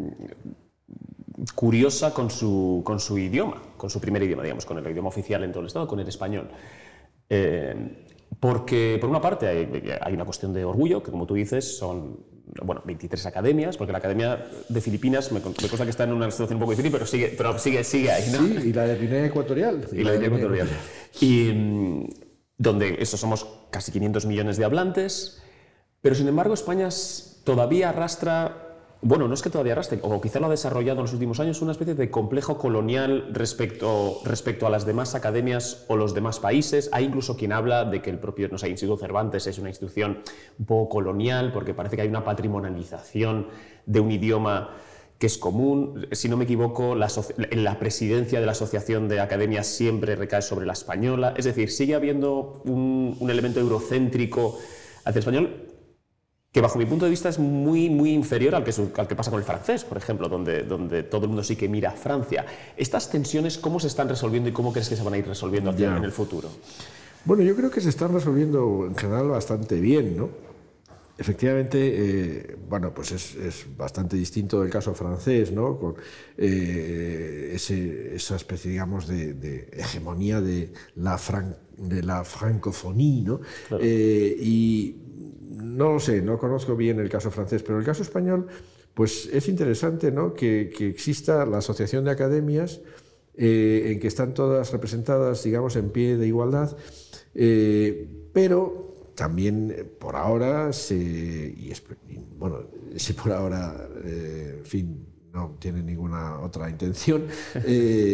curiosa con su, con su idioma, con su primer idioma, digamos, con el idioma oficial en todo el Estado, con el español. Eh, porque, por una parte, hay, hay una cuestión de orgullo, que como tú dices, son bueno, veintitrés academias, porque la Academia de Filipinas me, me consta que está en una situación un poco difícil, pero sigue, pero sigue, sigue ahí, ¿no?
Sí, y la de Guinea Ecuatorial.
Y, y la de Guinea Ecuatorial. Y donde eso somos casi quinientos millones de hablantes, pero sin embargo España todavía arrastra bueno, no es que todavía arrastre, o quizá lo ha desarrollado en los últimos años, una especie de complejo colonial respecto, respecto a las demás academias o los demás países. Hay incluso quien habla de que el propio, no sé, Instituto Cervantes es una institución un poco colonial, porque parece que hay una patrimonialización de un idioma que es común. Si no me equivoco, la, la presidencia de la Asociación de Academias siempre recae sobre la española. Es decir, sigue habiendo un, un elemento eurocéntrico hacia el español que bajo mi punto de vista es muy, muy inferior al que, al que pasa con el francés, por ejemplo, donde, donde todo el mundo sí que mira a Francia. ¿Estas tensiones cómo se están resolviendo y cómo crees que se van a ir resolviendo hacia, en el futuro?
Bueno, yo creo que se están resolviendo en general bastante bien, ¿no? Efectivamente, eh, bueno, pues es, es bastante distinto del caso francés, ¿no? Con eh, ese, esa especie, digamos, de, de hegemonía de la, fran, de la francofonía, ¿no? Claro. Eh, y no lo sé, no conozco bien el caso francés, pero el caso español, pues es interesante, ¿no? que, que exista la Asociación de Academias eh, en que están todas representadas, digamos, en pie de igualdad, eh, pero también por ahora, se, y, es, y bueno, si por ahora, eh, en fin, no tiene ninguna otra intención, eh,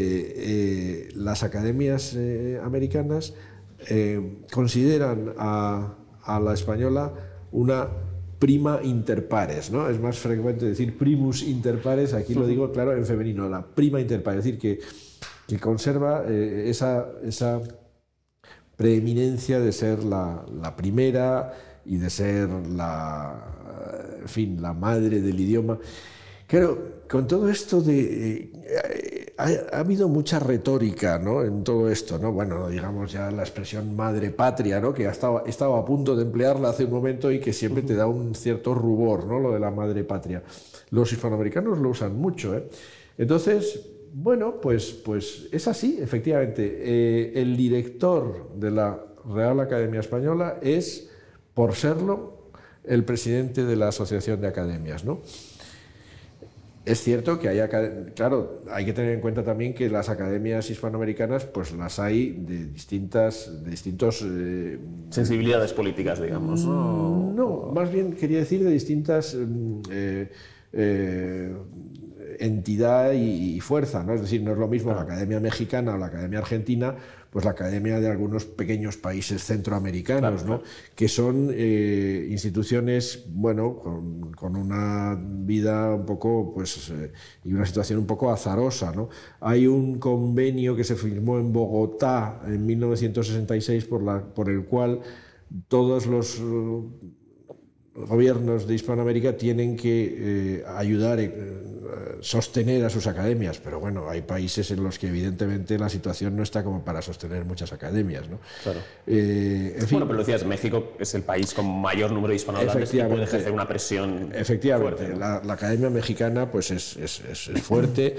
eh, las academias eh, americanas eh, consideran a, a la española una prima inter pares, ¿no? Es más frecuente decir primus inter pares, aquí lo digo, claro, en femenino, la prima inter pares, es decir, que, que conserva eh, esa, esa preeminencia de ser la, la primera y de ser la, en fin, la madre del idioma. Claro, con todo esto de... Eh, ha, ha habido mucha retórica, ¿no? En todo esto, ¿no? Bueno, digamos ya la expresión madre patria, ¿no? Que estaba, estaba a punto de emplearla hace un momento y que siempre te da un cierto rubor, ¿no? Lo de la madre patria. Los hispanoamericanos lo usan mucho, ¿eh? Entonces, bueno, pues, pues es así, efectivamente. Eh, el director de la Real Academia Española es, por serlo, el presidente de la Asociación de Academias, ¿no? Es cierto que hay, claro, hay que tener en cuenta también que las academias hispanoamericanas, pues las hay de distintas, de distintos eh,
sensibilidades políticas, digamos.
No, no, más bien quería decir de distintas eh, eh, entidad y, y fuerza, ¿no? Es decir, no es lo mismo la Academia Mexicana o la Academia Argentina, pues la Academia de algunos pequeños países centroamericanos, claro, ¿no? Claro. Que son eh, instituciones, bueno, con, con una vida un poco, pues, eh, y una situación un poco azarosa, ¿no? Hay un convenio que se firmó en Bogotá en mil novecientos sesenta y seis por, la, por el cual todos los uh, gobiernos de Hispanoamérica tienen que eh, ayudar, eh, sostener a sus academias, pero bueno, hay países en los que evidentemente la situación no está como para sostener muchas academias, ¿no?
Claro.
Eh, en fin,
bueno, pero lo decías, México es el país con mayor número de hispanohablantes y puede ejercer una presión
efectivamente,
fuerte, ¿no?
la, la academia mexicana pues es, es, es, es fuerte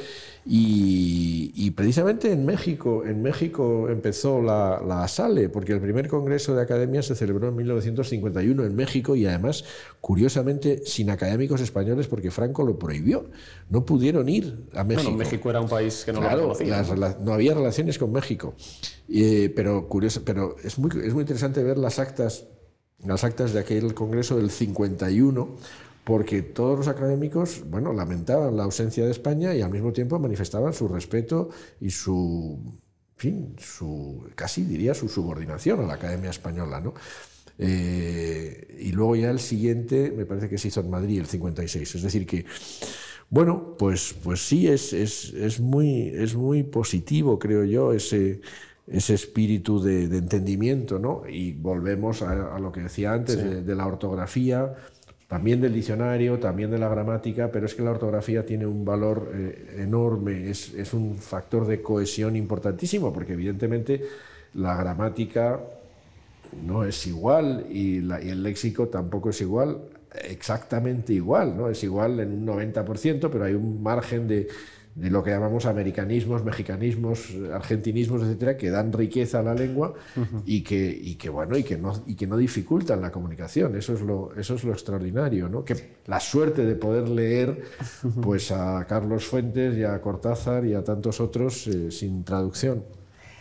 y, y precisamente en México, en México empezó la, la ASALE, porque el primer congreso de academias se celebró en mil novecientos cincuenta y uno en México y además, curiosamente, sin académicos españoles porque Franco lo prohibió. No pudieron ir a México.
Bueno, México era un país que no
claro,
lo conocía.
Las, no había relaciones con México. Eh, pero curioso, pero es muy, es muy interesante ver las actas, las actas de aquel congreso del cincuenta y uno, porque todos los académicos, bueno, lamentaban la ausencia de España y al mismo tiempo manifestaban su respeto y su, en fin, su, casi diría su subordinación a la Academia Española, ¿no? Eh, y luego ya el siguiente, me parece que se hizo en Madrid, el cincuenta y seis. Es decir que, bueno, pues, pues sí, es, es, es, muy, es muy positivo, creo yo, ese, ese espíritu de, de entendimiento, ¿no? Y volvemos a, a lo que decía antes, sí. de, de la ortografía, también del diccionario, también de la gramática, pero es que la ortografía tiene un valor eh, enorme, es, es un factor de cohesión importantísimo, porque evidentemente la gramática no es igual y, la, y el léxico tampoco es igual, exactamente igual, ¿no? Es igual en un noventa por ciento, pero hay un margen de, de lo que llamamos americanismos, mexicanismos, argentinismos, etcétera, que dan riqueza a la lengua uh-huh. y, que, y, que, bueno, y, que no, y que no dificultan la comunicación. Eso es lo, eso es lo extraordinario, ¿no? Que la suerte de poder leer pues, a Carlos Fuentes y a Cortázar y a tantos otros eh, sin traducción.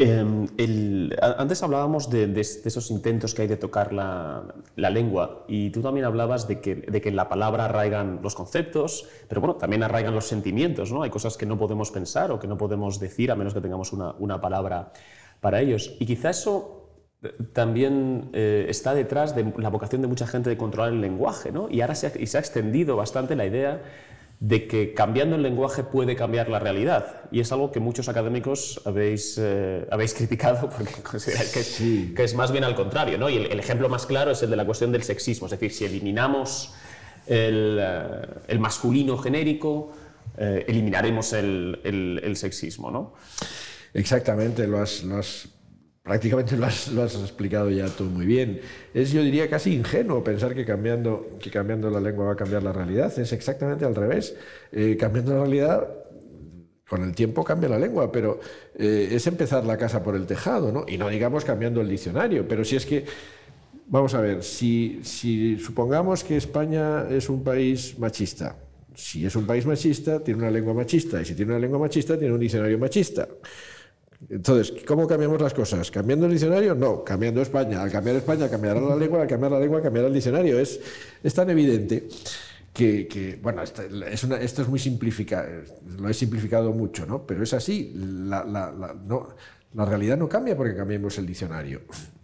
Eh, el, antes hablábamos de, de, de esos intentos que hay de tocar la, la lengua, y tú también hablabas de que, de que en la palabra arraigan los conceptos, pero bueno, también arraigan los sentimientos, ¿no? Hay cosas que no podemos pensar o que no podemos decir a menos que tengamos una, una palabra para ellos. Y quizá eso también eh, está detrás de la vocación de mucha gente de controlar el lenguaje, ¿no? Y ahora se ha, y se ha extendido bastante la idea de que cambiando el lenguaje puede cambiar la realidad, y es algo que muchos académicos habéis, eh, habéis criticado porque consideráis que es, sí. que es más bien al contrario, ¿no? Y el, el ejemplo más claro es el de la cuestión del sexismo, es decir, si eliminamos el, el masculino genérico, eh, eliminaremos el, el, el sexismo, ¿no?
Exactamente, lo has, lo has prácticamente lo has, lo has explicado ya tú muy bien. Es, yo diría, casi ingenuo pensar que cambiando, que cambiando la lengua va a cambiar la realidad. Es exactamente al revés. Eh, cambiando la realidad, con el tiempo cambia la lengua, pero eh, es empezar la casa por el tejado, ¿no? Y no digamos cambiando el diccionario, pero si es que, vamos a ver, si, si supongamos que España es un país machista, si es un país machista, tiene una lengua machista, y si tiene una lengua machista, tiene un diccionario machista. Entonces, ¿cómo cambiamos las cosas? ¿Cambiando el diccionario? No, cambiando España. Al cambiar España, cambiará la lengua, al cambiar la lengua, cambiará el diccionario. Es, es tan evidente que, que bueno, esto es, una, esto es muy simplificado, lo he simplificado mucho, ¿no? Pero es así, la, la, la, no, la realidad no cambia porque cambiemos el diccionario.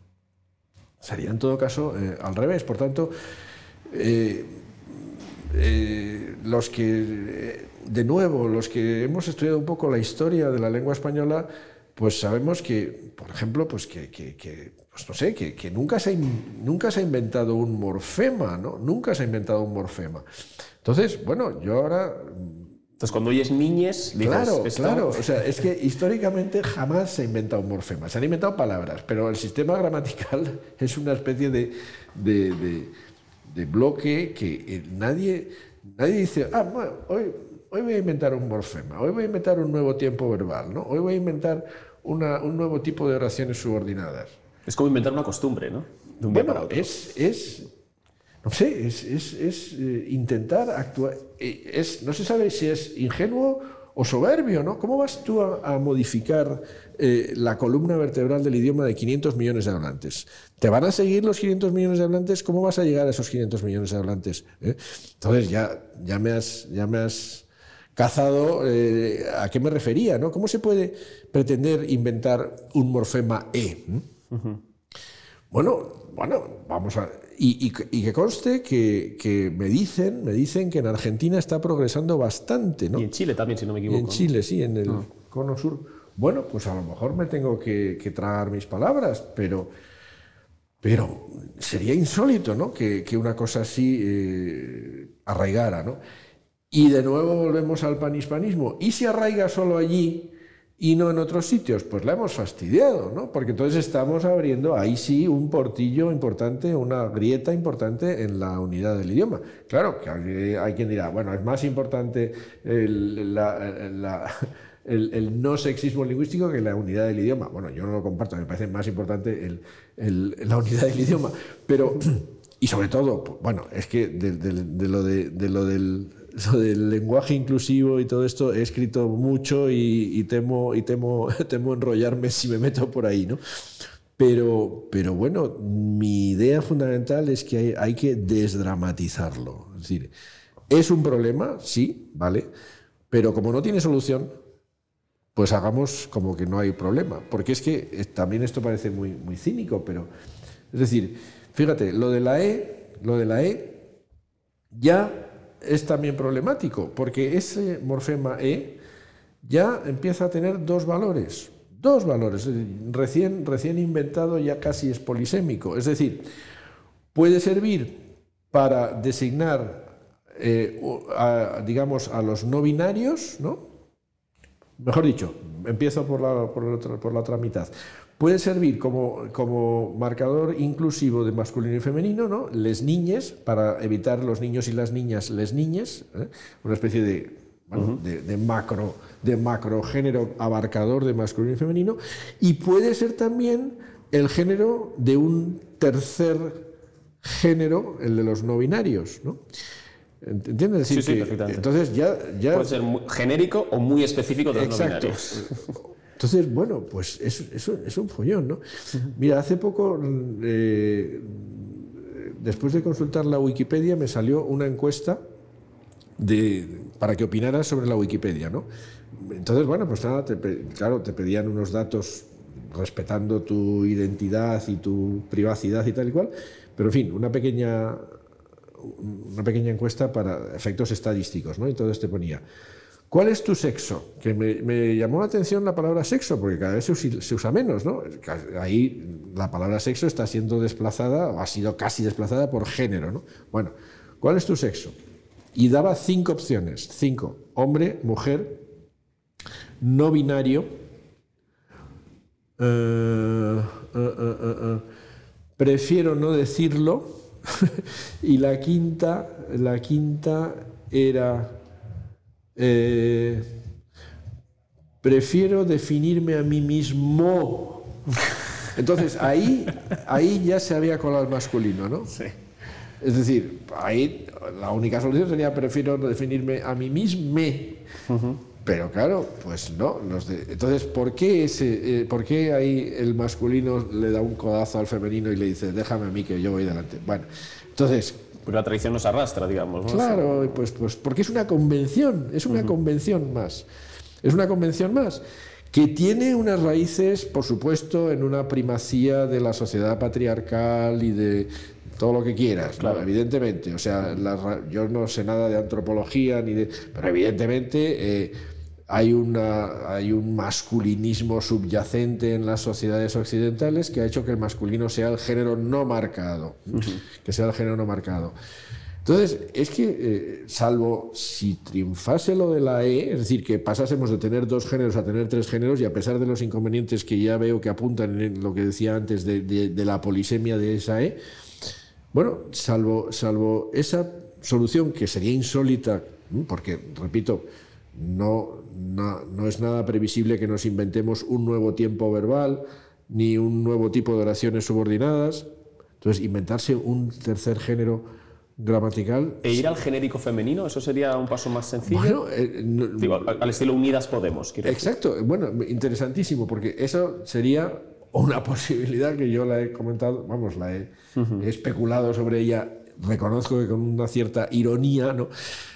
Sería en todo caso eh, al revés. Por tanto, eh, eh, los que, eh, de nuevo, los que hemos estudiado un poco la historia de la lengua española, pues sabemos que, por ejemplo, pues que, que, que pues no sé, que, que nunca, se ha, nunca se ha inventado un morfema, ¿no? Nunca se ha inventado un morfema. Entonces, bueno, yo ahora...
Entonces, cuando oyes niñes, dices...
Claro,
esto...
claro. O sea, es que históricamente jamás se ha inventado un morfema. Se han inventado palabras, pero el sistema gramatical es una especie de, de, de, de bloque que nadie, nadie dice, ah, bueno, hoy, hoy voy a inventar un morfema, hoy voy a inventar un nuevo tiempo verbal, ¿no? Hoy voy a inventar... Una, un nuevo tipo de oraciones subordinadas.
Es como inventar una costumbre, ¿no? De un
bueno,
día para otro.
Es, es, no sé, es, es, es eh, intentar actuar. Eh, es, no se sabe si es ingenuo o soberbio, ¿no? ¿Cómo vas tú a, a modificar eh, la columna vertebral del idioma de quinientos millones de hablantes? ¿Te van a seguir los quinientos millones de hablantes? ¿Cómo vas a llegar a esos quinientos millones de hablantes? ¿Eh? Entonces ya, ya me has... Ya me has cazado, eh, ¿a qué me refería? ¿No? ¿Cómo se puede pretender inventar un morfema E? ¿Mm? Uh-huh. Bueno, bueno, vamos a... Y, y, y que conste que, que me dicen, me dicen que en Argentina está progresando bastante, ¿no?
Y en Chile también, si no me equivoco.
Y en Chile,
¿no?
sí, en el no. cono sur. Bueno, pues a lo mejor me tengo que, que tragar mis palabras, pero, pero sería insólito, ¿no? Que, que una cosa así eh, arraigara, ¿no? Y de nuevo volvemos al panhispanismo. ¿Y si arraiga solo allí y no en otros sitios? Pues la hemos fastidiado, ¿no? Porque entonces estamos abriendo ahí sí un portillo importante, una grieta importante en la unidad del idioma. Claro, que hay, hay quien dirá, bueno, es más importante el, la, la, el, el no sexismo lingüístico que la unidad del idioma. Bueno, yo no lo comparto, me parece más importante el, el, la unidad del idioma. Pero, y sobre todo, bueno, es que de, de, de lo, de, de lo del... Lo del lenguaje inclusivo y todo esto he escrito mucho y, y, temo, y temo, temo enrollarme si me meto por ahí, ¿no? Pero, pero bueno, mi idea fundamental es que hay, hay que desdramatizarlo. Es decir, es un problema, sí, ¿vale? Pero como no tiene solución, pues hagamos como que no hay problema. Porque es que también esto parece muy, muy cínico, pero... Es decir, fíjate, lo de la E, lo de la E ya... es también problemático, porque ese morfema E ya empieza a tener dos valores, dos valores, recién, recién inventado, ya casi es polisémico, es decir, puede servir para designar, eh, a, digamos, a los no binarios, ¿no? Mejor dicho, empiezo por la, por la, otra, por la otra mitad. Puede servir como, como marcador inclusivo de masculino y femenino, ¿no? Les niñes, para evitar los niños y las niñas, les niñes, ¿eh? Una especie de, bueno, uh-huh. de, de, macro, de macro género abarcador de masculino y femenino, y puede ser también el género de un tercer género, el de los no binarios, ¿no? ¿Entiendes?
Sí, sí, perfectamente.
Entonces ya, ya...
Puede ser muy genérico o muy específico de los no binarios.
Entonces, bueno, pues es, es, es un follón, ¿no? Uh-huh. Mira, hace poco, eh, después de consultar la Wikipedia, me salió una encuesta de, para que opinaras sobre la Wikipedia, ¿no? Entonces, bueno, pues nada, te, claro, te pedían unos datos respetando tu identidad y tu privacidad y tal y cual, pero en fin, una pequeña, una pequeña encuesta para efectos estadísticos, ¿no? Entonces te ponía: ¿cuál es tu sexo? Que me, me llamó la atención la palabra sexo, porque cada vez se usa, se usa menos, ¿no? Ahí la palabra sexo está siendo desplazada, o ha sido casi desplazada por género, ¿no? Bueno, ¿cuál es tu sexo? Y daba cinco opciones, cinco: hombre, mujer, no binario, uh, uh, uh, uh, uh, prefiero no decirlo, y la quinta, la quinta era... Eh, prefiero definirme a mí mismo. Entonces ahí, ahí ya se había colado el masculino, ¿no?
Sí.
Es decir, ahí la única solución sería prefiero definirme a mí mismo. Uh-huh. Pero claro, pues no. Los de, entonces, ¿por qué, ese, eh, ¿por qué ahí el masculino le da un codazo al femenino y le dice déjame a mí que yo voy delante? Bueno, entonces...
Pues la tradición nos arrastra, digamos, ¿no?
Claro, pues, pues porque es una convención, es una uh-huh. convención más. Es una convención más que tiene unas raíces, por supuesto, en una primacía de la sociedad patriarcal y de todo lo que quieras, claro. ¿no? Evidentemente. O sea, la, yo no sé nada de antropología, ni de, pero evidentemente eh, hay, una, hay un masculinismo subyacente en las sociedades occidentales que ha hecho que el masculino sea el género no marcado, uh-huh. que sea el género no marcado. Entonces, es que, eh, salvo si triunfase lo de la E, es decir, que pasásemos de tener dos géneros a tener tres géneros, y a pesar de los inconvenientes que ya veo que apuntan en lo que decía antes de, de, de la polisemia de esa E, bueno, salvo, salvo esa solución que sería insólita, porque, repito, no, no, no es nada previsible que nos inventemos un nuevo tiempo verbal, ni un nuevo tipo de oraciones subordinadas. Entonces, inventarse un tercer género gramatical...
¿E ir al genérico femenino? ¿Eso sería un paso más sencillo?
Bueno, eh, no,
Digo, al estilo Unidas Podemos.
Exacto, decir. Bueno, interesantísimo, porque eso sería una posibilidad que yo la he comentado, vamos, la he, uh-huh. he especulado sobre ella. Reconozco que con una cierta ironía, ¿no?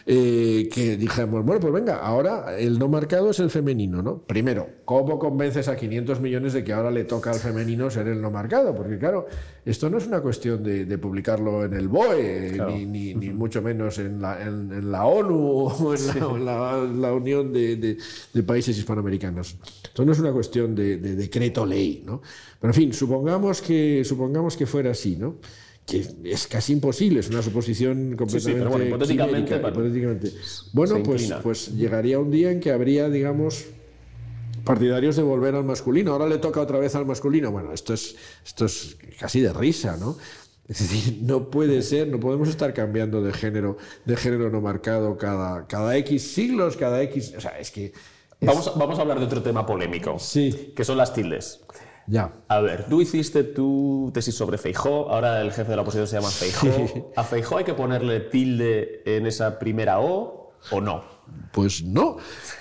Eh, que dijimos, bueno, pues venga, ahora el no marcado es el femenino, ¿no? Primero, ¿cómo convences a quinientos millones de que ahora le toca al femenino ser el no marcado? Porque claro, esto no es una cuestión de, de publicarlo en el B O E, claro. ni, ni, uh-huh. ni mucho menos en la, en, en la ONU o en, sí. la, en la, la Unión de, de, de Países Hispanoamericanos. Esto no es una cuestión de, de decreto ley, ¿no? Pero en fin, supongamos que, supongamos que fuera así, ¿no? Que es casi imposible, es una suposición completamente... Sí, sí, pero
bueno, hipotéticamente...
Quimérica, hipotéticamente. Bueno, pues, pues llegaría un día en que habría, digamos, partidarios de volver al masculino. Ahora le toca otra vez al masculino. Bueno, esto es, esto es casi de risa, ¿no? Es decir, no puede ser, no podemos estar cambiando de género, de género no marcado cada, cada X siglos, cada X... O sea, es que... Es...
Vamos, vamos a hablar de otro tema polémico,
sí.
que son las tildes.
Ya.
A ver, tú hiciste tu tesis sobre Feijóo, ahora el jefe de la oposición se llama Feijóo. Sí. ¿A Feijóo hay que ponerle tilde en esa primera O o no?
Pues no,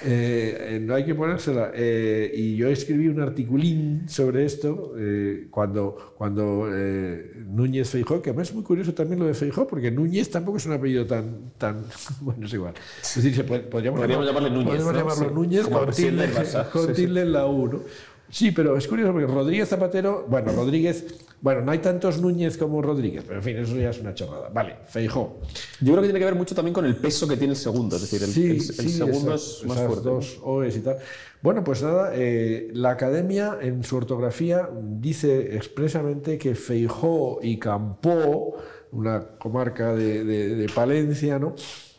eh, no hay que ponérsela. Eh, y yo escribí un articulín sobre esto eh, cuando, cuando eh, Núñez Feijóo, que además es muy curioso también lo de Feijóo, porque Núñez tampoco es un apellido tan... tan bueno, es igual. Es decir, se puede, podríamos,
podríamos
llamar,
llamarle Núñez.
Podríamos
¿no?
llamarlo
sí.
Núñez
Como
con tilde, con sí, tilde sí. en la U, ¿no? Sí, pero es curioso porque Rodríguez Zapatero, bueno, Rodríguez, bueno, no hay tantos Núñez como Rodríguez, pero en fin, eso ya es una chorrada. Vale, Feijóo.
Yo creo que tiene que ver mucho también con el peso que tiene el segundo, es decir, el,
sí,
el, el
sí,
segundo
esas,
es más
esas
fuerte.
Dos O's y tal. Bueno, pues nada, eh, la academia en su ortografía dice expresamente que Feijóo y Campoo, una comarca de, de, de Palencia, ¿no?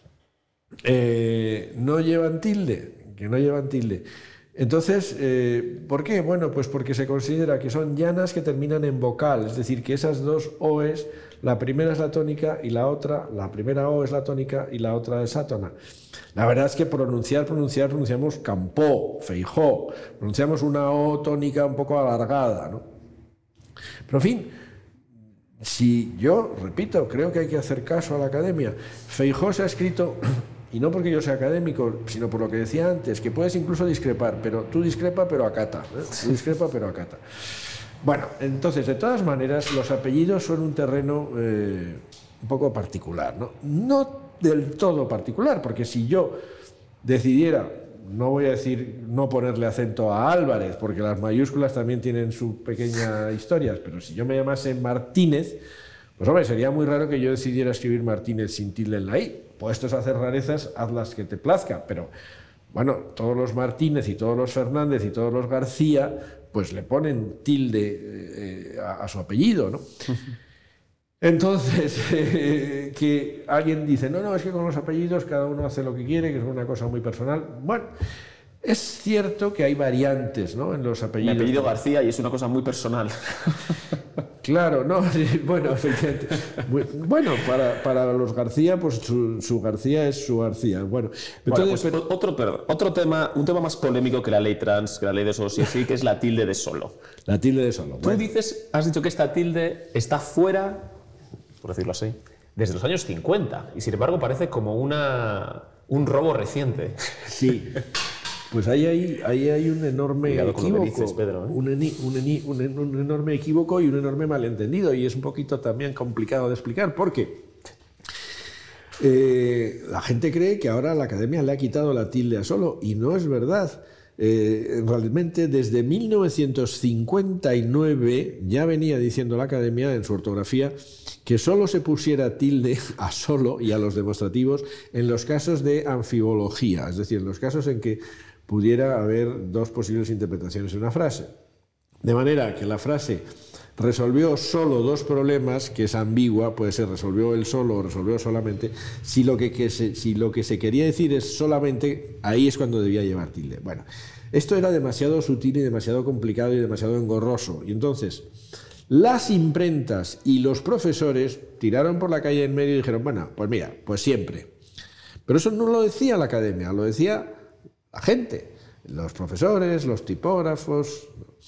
Eh, no llevan tilde, que no llevan tilde. Entonces, eh, ¿por qué? Bueno, pues porque se considera que son llanas que terminan en vocal, es decir, que esas dos O's, la primera es la tónica y la otra, la primera O es la tónica y la otra es átona. La verdad es que pronunciar, pronunciar, pronunciamos Campoo, Feijóo, pronunciamos una O tónica un poco alargada, ¿no? Pero en fin, si yo, repito, creo que hay que hacer caso a la academia, Feijóo se ha escrito Y no porque yo sea académico, sino por lo que decía antes, que puedes incluso discrepar, pero tú discrepa pero acata, ¿eh? Tú discrepa pero acata. Bueno, entonces, de todas maneras, los apellidos son un terreno eh, un poco particular, ¿no? No del todo particular, porque si yo decidiera, no voy a decir no ponerle acento a Álvarez, porque las mayúsculas también tienen su pequeña historias, pero si yo me llamase Martínez, pues hombre, sería muy raro que yo decidiera escribir Martínez sin tilde en la i. Puestos a hacer rarezas, haz las que te plazca, pero bueno, todos los Martínez y todos los Fernández y todos los García, pues le ponen tilde eh, a, a su apellido, ¿no? Entonces, eh, que alguien dice, no, no, es que con los apellidos cada uno hace lo que quiere, que es una cosa muy personal. Bueno, es cierto que hay variantes, ¿no?, en los apellidos.
Mi apellido García y es una cosa muy personal.
Claro, no, bueno, efectivamente. Bueno, para, para los García, pues su, su García es su García. Bueno, entonces,
bueno, pues,
pero...
otro, perdón, otro tema, un tema más polémico que la ley trans, que la ley de solo sí sí, que es la tilde de solo.
La tilde de solo.
Tú bueno. dices, has dicho que esta tilde está fuera, por decirlo así, desde los años cincuenta, y sin embargo parece como una, un robo reciente.
Sí. Pues ahí hay, ahí hay un enorme equívoco,
dices, Pedro, ¿eh? un,
eni, un, eni, un, un enorme equívoco y un enorme malentendido, y es un poquito también complicado de explicar, porque eh, la gente cree que ahora la Academia le ha quitado la tilde a solo, y no es verdad. Eh, realmente desde mil novecientos cincuenta y nueve ya venía diciendo la Academia en su ortografía que solo se pusiera tilde a solo y a los demostrativos en los casos de anfibología, es decir, en los casos en que pudiera haber dos posibles interpretaciones de una frase. De manera que la frase resolvió solo dos problemas, que es ambigua, puede ser resolvió el solo o resolvió solamente, si lo que, que se, si lo que se quería decir es solamente, ahí es cuando debía llevar tilde. Bueno, esto era demasiado sutil y demasiado complicado y demasiado engorroso, y entonces las imprentas y los profesores tiraron por la calle en medio y dijeron, bueno, pues mira, pues siempre. Pero eso no lo decía la Academia, lo decía la gente, los profesores, los tipógrafos,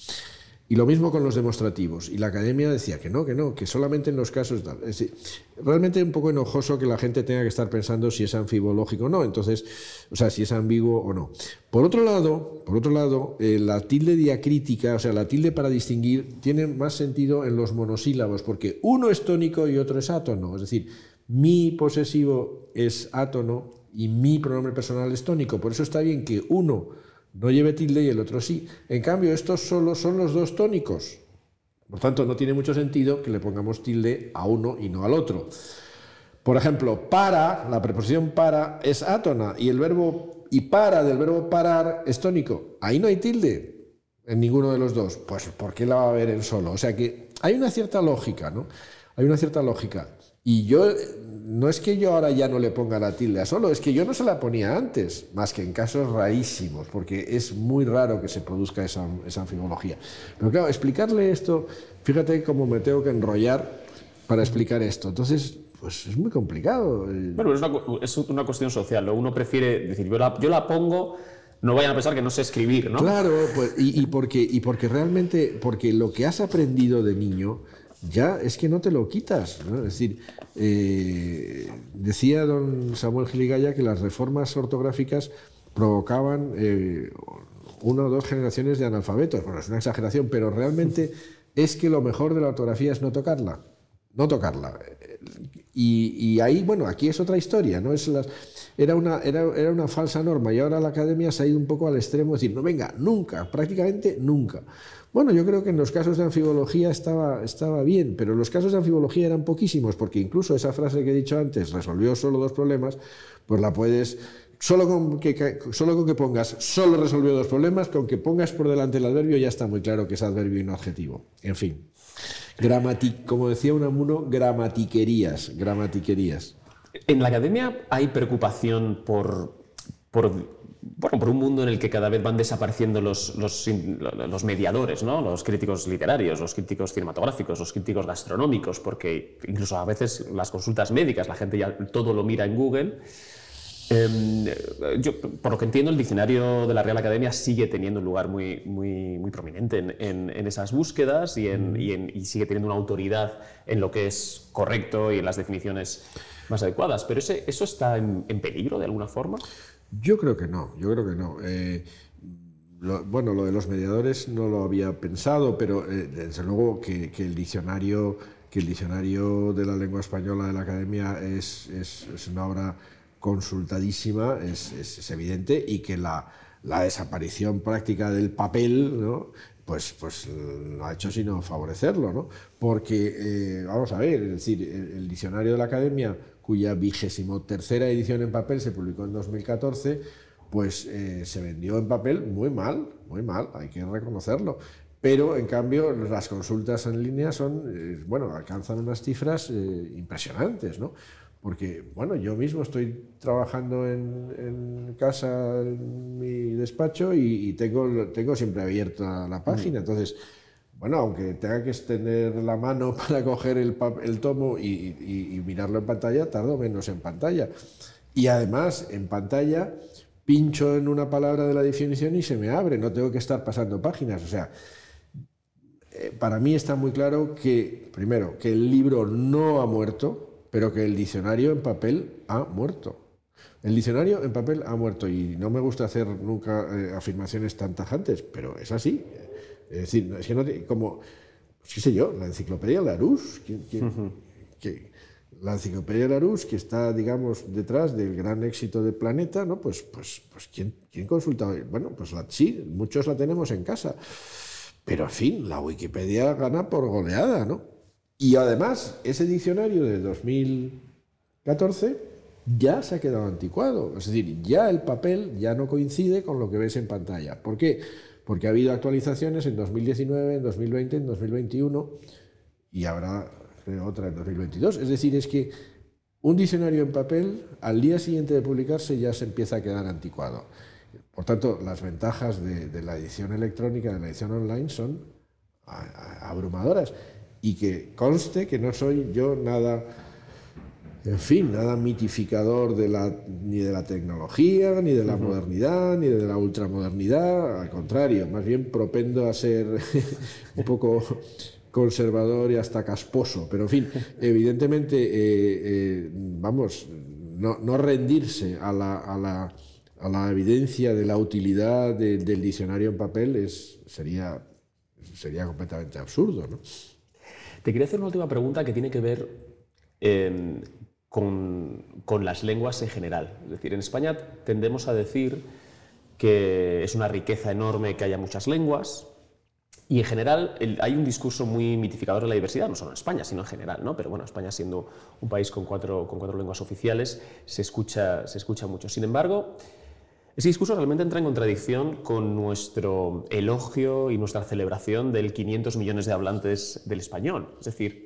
y lo mismo con los demostrativos. Y la Academia decía que no, que no, que solamente en los casos tal. Es decir, realmente es un poco enojoso que la gente tenga que estar pensando si es anfibológico o no, entonces, o sea, si es ambiguo o no. Por otro lado, por otro lado, eh, la tilde diacrítica, o sea, la tilde para distinguir, tiene más sentido en los monosílabos, porque uno es tónico y otro es átono. Es decir, mi posesivo es átono y mi pronombre personal es tónico. Por eso está bien que uno no lleve tilde y el otro sí. En cambio, estos solo son los dos tónicos. Por tanto, no tiene mucho sentido que le pongamos tilde a uno y no al otro. Por ejemplo, para, la preposición para es átona y el verbo y para del verbo parar es tónico. Ahí no hay tilde en ninguno de los dos. Pues, ¿por qué la va a haber en solo? O sea que hay una cierta lógica, ¿no? Hay una cierta lógica. Y yo, no es que yo ahora ya no le ponga la tilde a solo, es que yo no se la ponía antes, más que en casos rarísimos, porque es muy raro que se produzca esa, esa anfimología. Pero claro, explicarle esto, fíjate cómo me tengo que enrollar para explicar esto. Entonces, pues es muy complicado.
Bueno, es una, es una cuestión social, ¿no? Uno prefiere decir, yo la, yo la pongo, no vayan a pensar que no sé escribir, ¿no?
Claro, pues, y, y, porque, y porque realmente, porque lo que has aprendido de niño, ya es que no te lo quitas, ¿no? Es decir, eh, decía don Samuel Giligaya que las reformas ortográficas provocaban eh, una o dos generaciones de analfabetos. Bueno, es una exageración, pero realmente es que lo mejor de la ortografía es no tocarla, no tocarla. Y, y ahí, bueno, aquí es otra historia, ¿no? Es las, era, una, era, era una falsa norma y ahora la Academia se ha ido un poco al extremo de decir, no, venga, nunca, prácticamente nunca. Bueno, yo creo que en los casos de anfibología estaba, estaba bien, pero los casos de anfibología eran poquísimos, porque incluso esa frase que he dicho antes, resolvió solo dos problemas, pues la puedes, solo con que, solo con que pongas, solo resolvió dos problemas, con que pongas por delante el adverbio ya está muy claro que es adverbio y no adjetivo. En fin, Gramati, como decía Unamuno, gramatiquerías, gramatiquerías.
En la Academia hay preocupación por... por Bueno, por un mundo en el que cada vez van desapareciendo los, los, los mediadores, ¿no? Los críticos literarios, los críticos cinematográficos, los críticos gastronómicos, porque incluso a veces las consultas médicas, la gente ya todo lo mira en Google. Eh, yo, por lo que entiendo, el diccionario de la Real Academia sigue teniendo un lugar muy, muy, muy prominente en, en, en esas búsquedas y, en, y, en, y sigue teniendo una autoridad en lo que es correcto y en las definiciones más adecuadas. Pero ese, ¿eso está en, en peligro de alguna forma?
Yo creo que no, yo creo que no. Eh, lo, bueno, lo de los mediadores no lo había pensado, pero eh, desde luego que, que el diccionario, que el diccionario de la lengua española de la Academia es, es, es una obra consultadísima, es, es, es evidente, y que la, la desaparición práctica del papel, ¿no?, pues, pues no ha hecho sino favorecerlo, ¿no? Porque, eh, vamos a ver, es decir, el, el diccionario de la Academia, cuya vigésimo tercera edición en papel se publicó en dos mil catorce, pues eh, se vendió en papel muy mal, muy mal, hay que reconocerlo. Pero, en cambio, las consultas en línea son, eh, bueno, alcanzan unas cifras eh, impresionantes, ¿no? Porque, bueno, yo mismo estoy trabajando en, en casa, en mi despacho, y, y tengo, tengo siempre abierta la página. Entonces, bueno, aunque tenga que extender la mano para coger el, el tomo y, y, y mirarlo en pantalla, tardo menos en pantalla. Y además, en pantalla, pincho en una palabra de la definición y se me abre, no tengo que estar pasando páginas. O sea, eh, para mí está muy claro que, primero, que el libro no ha muerto, pero que el diccionario en papel ha muerto. El diccionario en papel ha muerto, y no me gusta hacer nunca eh, afirmaciones tan tajantes, pero es así. Es decir, es que no te, como, pues qué sé yo, la enciclopedia Larousse, ¿quién, quién, uh-huh. que, la enciclopedia Larousse, que está, digamos, detrás del gran éxito del Planeta, ¿no? Pues, pues, pues ¿quién, quién consulta? Bueno, pues la, sí, muchos la tenemos en casa, pero en fin, la Wikipedia gana por goleada, ¿no? Y además, ese diccionario de dos mil catorce ya se ha quedado anticuado. Es decir, ya el papel ya no coincide con lo que ves en pantalla. ¿Por qué? Porque ha habido actualizaciones en dos mil diecinueve, en dos mil veinte, en dos mil veintiuno, y habrá, creo, otra en dos mil veintidós. Es decir, es que un diccionario en papel, al día siguiente de publicarse, ya se empieza a quedar anticuado. Por tanto, las ventajas de, de la edición electrónica, de la edición online, son a, a, abrumadoras. Y que conste que no soy yo nada, en fin, nada mitificador de la, ni de la tecnología, ni de la uh-huh. modernidad, ni de la ultramodernidad. Al contrario, más bien propendo a ser un poco conservador y hasta casposo. Pero, en fin, evidentemente, eh, eh, vamos, no, no rendirse a la, a, la, a la evidencia de la utilidad de, del diccionario en papel es, sería, sería completamente absurdo, ¿no?
Te quería hacer una última pregunta que tiene que ver eh, con, con las lenguas en general. Es decir, en España tendemos a decir que es una riqueza enorme que haya muchas lenguas, y en general el, hay un discurso muy mitificador de la diversidad, no solo en España, sino en general, ¿no? Pero bueno, España siendo un país con cuatro, con cuatro lenguas oficiales, se escucha, se escucha mucho. Sin embargo, ese discurso realmente entra en contradicción con nuestro elogio y nuestra celebración del quinientos millones de hablantes del español. Es decir,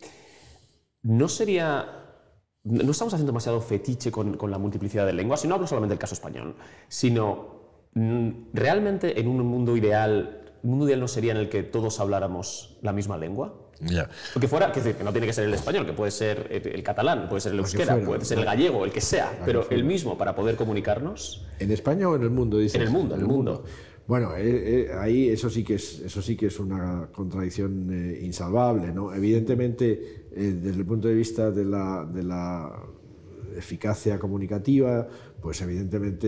no sería... No estamos haciendo demasiado fetiche con, con la multiplicidad de lenguas, y no hablo solamente del caso español, sino realmente en un mundo ideal, un mundo ideal no sería en el que todos habláramos la misma lengua.
Yeah.
Que fuera, que, que no tiene que ser el español, que puede ser el catalán, puede ser el euskera, fuera, puede ser el gallego, el que sea, pero el mismo para poder comunicarnos.
¿En España o en el mundo, dices?
En el mundo, en el mundo. mundo.
Bueno, eh, eh, ahí eso sí que es, eso sí que es una contradicción eh, insalvable, ¿no? Evidentemente, eh, desde el punto de vista de la, de la eficacia comunicativa, pues evidentemente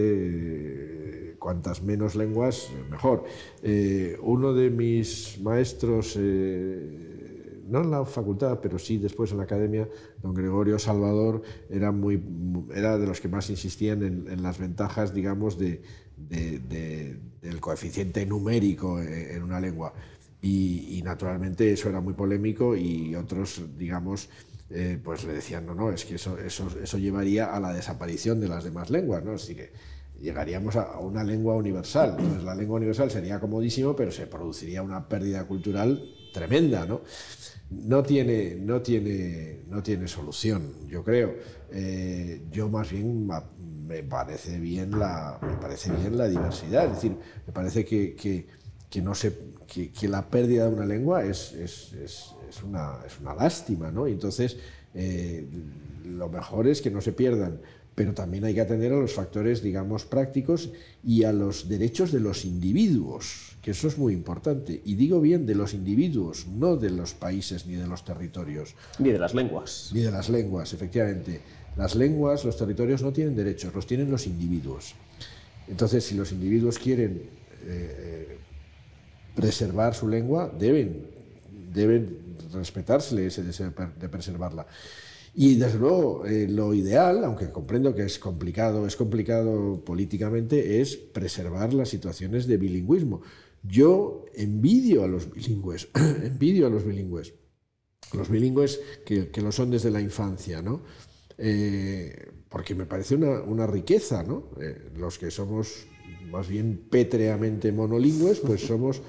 eh, cuantas menos lenguas, mejor. Eh, uno de mis maestros, eh, no en la facultad, pero sí después en la academia, don Gregorio Salvador, era, muy, era de los que más insistían en, en las ventajas, digamos, de, de, de, del coeficiente numérico en una lengua. Y, y naturalmente eso era muy polémico, y otros, digamos, eh, pues le decían, no, no, es que eso, eso, eso llevaría a la desaparición de las demás lenguas, ¿no? Así que llegaríamos a una lengua universal. Entonces la lengua universal sería comodísimo, pero se produciría una pérdida cultural tremenda, ¿no? No tiene, no tiene, no tiene solución, yo creo. Eh, yo más bien me parece bien la, me parece bien la diversidad. Es decir, me parece que, que, que, no se, que, que la pérdida de una lengua es, es, es, es, una, es una lástima, ¿no? Y entonces, eh, lo mejor es que no se pierdan. Pero también hay que atender a los factores, digamos, prácticos y a los derechos de los individuos. que eso es muy importante. Y digo bien de los individuos, no de los países ni de los territorios.
Ni de las lenguas.
Ni de las lenguas, efectivamente. Las lenguas, los territorios no tienen derechos, los tienen los individuos. Entonces, si los individuos quieren eh, preservar su lengua, deben, deben respetársele ese deseo de preservarla. Y desde luego eh, lo ideal, aunque comprendo que es complicado, es complicado políticamente, es preservar las situaciones de bilingüismo. Yo envidio a los bilingües, envidio a los bilingües, los bilingües que, que lo son desde la infancia, ¿no? Eh, porque me parece una, una riqueza, ¿no? Eh, los que somos más bien pétreamente monolingües, pues somos...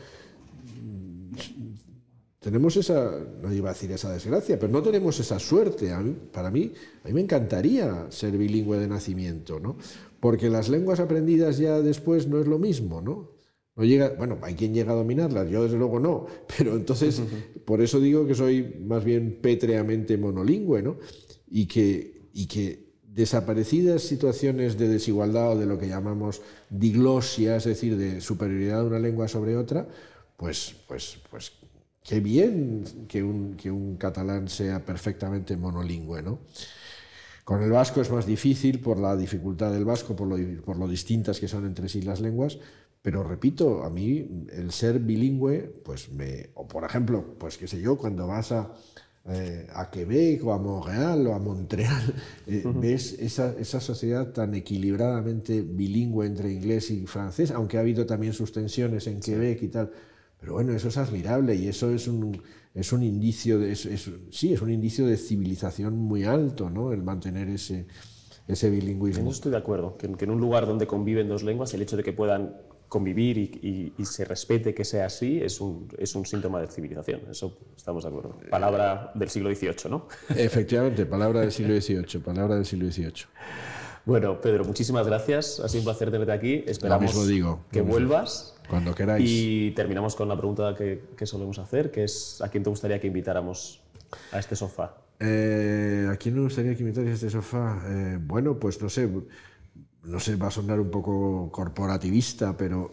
Tenemos esa, no iba a decir esa desgracia, pero no tenemos esa suerte. A mí, para mí, a mí me encantaría ser bilingüe de nacimiento, ¿no? Porque las lenguas aprendidas ya después no es lo mismo, ¿no? No llega, bueno, hay quien llega a dominarlas, yo desde luego no, pero entonces, uh-huh. por eso digo que soy más bien pétreamente monolingüe, ¿no? Y que, y que desaparecidas situaciones de desigualdad o de lo que llamamos diglosia, es decir, de superioridad de una lengua sobre otra, pues, pues, pues qué bien que un, que un catalán sea perfectamente monolingüe, ¿no? Con el vasco es más difícil por la dificultad del vasco, por lo, por lo distintas que son entre sí las lenguas, pero repito, a mí el ser bilingüe, pues me, o por ejemplo, pues qué sé yo, cuando vas a, eh, a Quebec o a Montreal o a Montreal, eh, uh-huh. ves esa, esa sociedad tan equilibradamente bilingüe entre inglés y francés, aunque ha habido también sus tensiones en Quebec sí. y tal. Pero bueno, eso es admirable y eso es un, es un indicio de, es, es, sí, es un indicio de civilización muy alto, ¿no? El mantener ese, ese bilingüismo.
No estoy de acuerdo, que, que en un lugar donde conviven dos lenguas, el hecho de que puedan convivir y, y, y se respete que sea así es un, es un síntoma de civilización, eso estamos de acuerdo. Palabra del siglo dieciocho, ¿no?
Efectivamente, palabra del siglo dieciocho, palabra del siglo dieciocho.
Bueno, Pedro, muchísimas gracias, ha sido un placer tenerte aquí, esperamos
lo mismo digo,
que
lo mismo.
vuelvas.
Cuando queráis.
Y terminamos con la pregunta que, que solemos hacer, que es ¿a quién te gustaría que invitáramos a este sofá?
Eh, ¿A quién me gustaría que invitarais a este sofá? Eh, bueno, pues no sé, no sé, va a sonar un poco corporativista, pero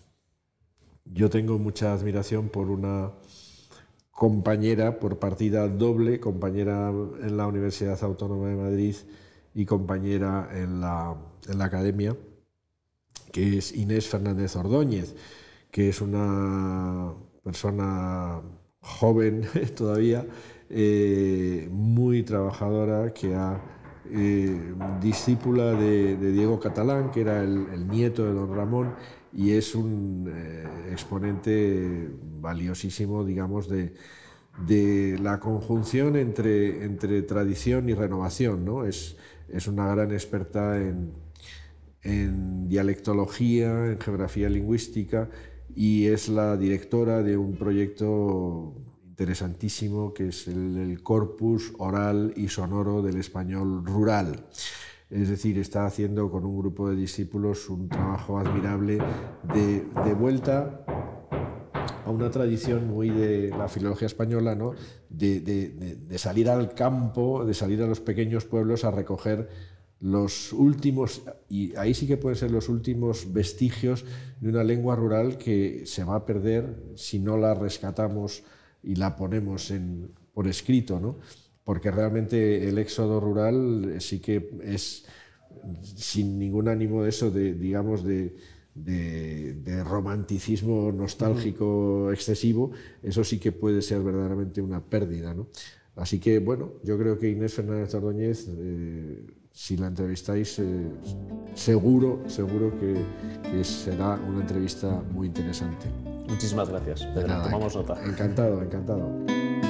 yo tengo mucha admiración por una compañera, por partida doble, compañera en la Universidad Autónoma de Madrid y compañera en la, en la Academia, que es Inés Fernández Ordóñez, que es una persona joven todavía, eh, muy trabajadora, que ha eh, discípula de, de Diego Catalán, que era el, el nieto de don Ramón, y es un eh, exponente valiosísimo, digamos, de, de la conjunción entre, entre tradición y renovación, ¿no? Es, es una gran experta en, en dialectología, en geografía lingüística, y es la directora de un proyecto interesantísimo que es el, el Corpus Oral y Sonoro del Español Rural. Es decir, está haciendo con un grupo de discípulos un trabajo admirable de, de vuelta a una tradición muy de la filología española, ¿no? de, de, de, de salir al campo, de salir a los pequeños pueblos a recoger los últimos, y ahí sí que pueden ser los últimos vestigios de una lengua rural que se va a perder si no la rescatamos y la ponemos en, por escrito, ¿no? Porque realmente el éxodo rural sí que es, sin ningún ánimo de eso, de, digamos, de, de, de romanticismo nostálgico excesivo, eso sí que puede ser verdaderamente una pérdida, ¿no? Así que, bueno, yo creo que Inés Fernández Ordóñez, eh, si la entrevistáis, eh, seguro, seguro que, que será una entrevista muy interesante.
Muchísimas gracias, Pedro.
Nada,
tomamos nota.
Encantado, encantado.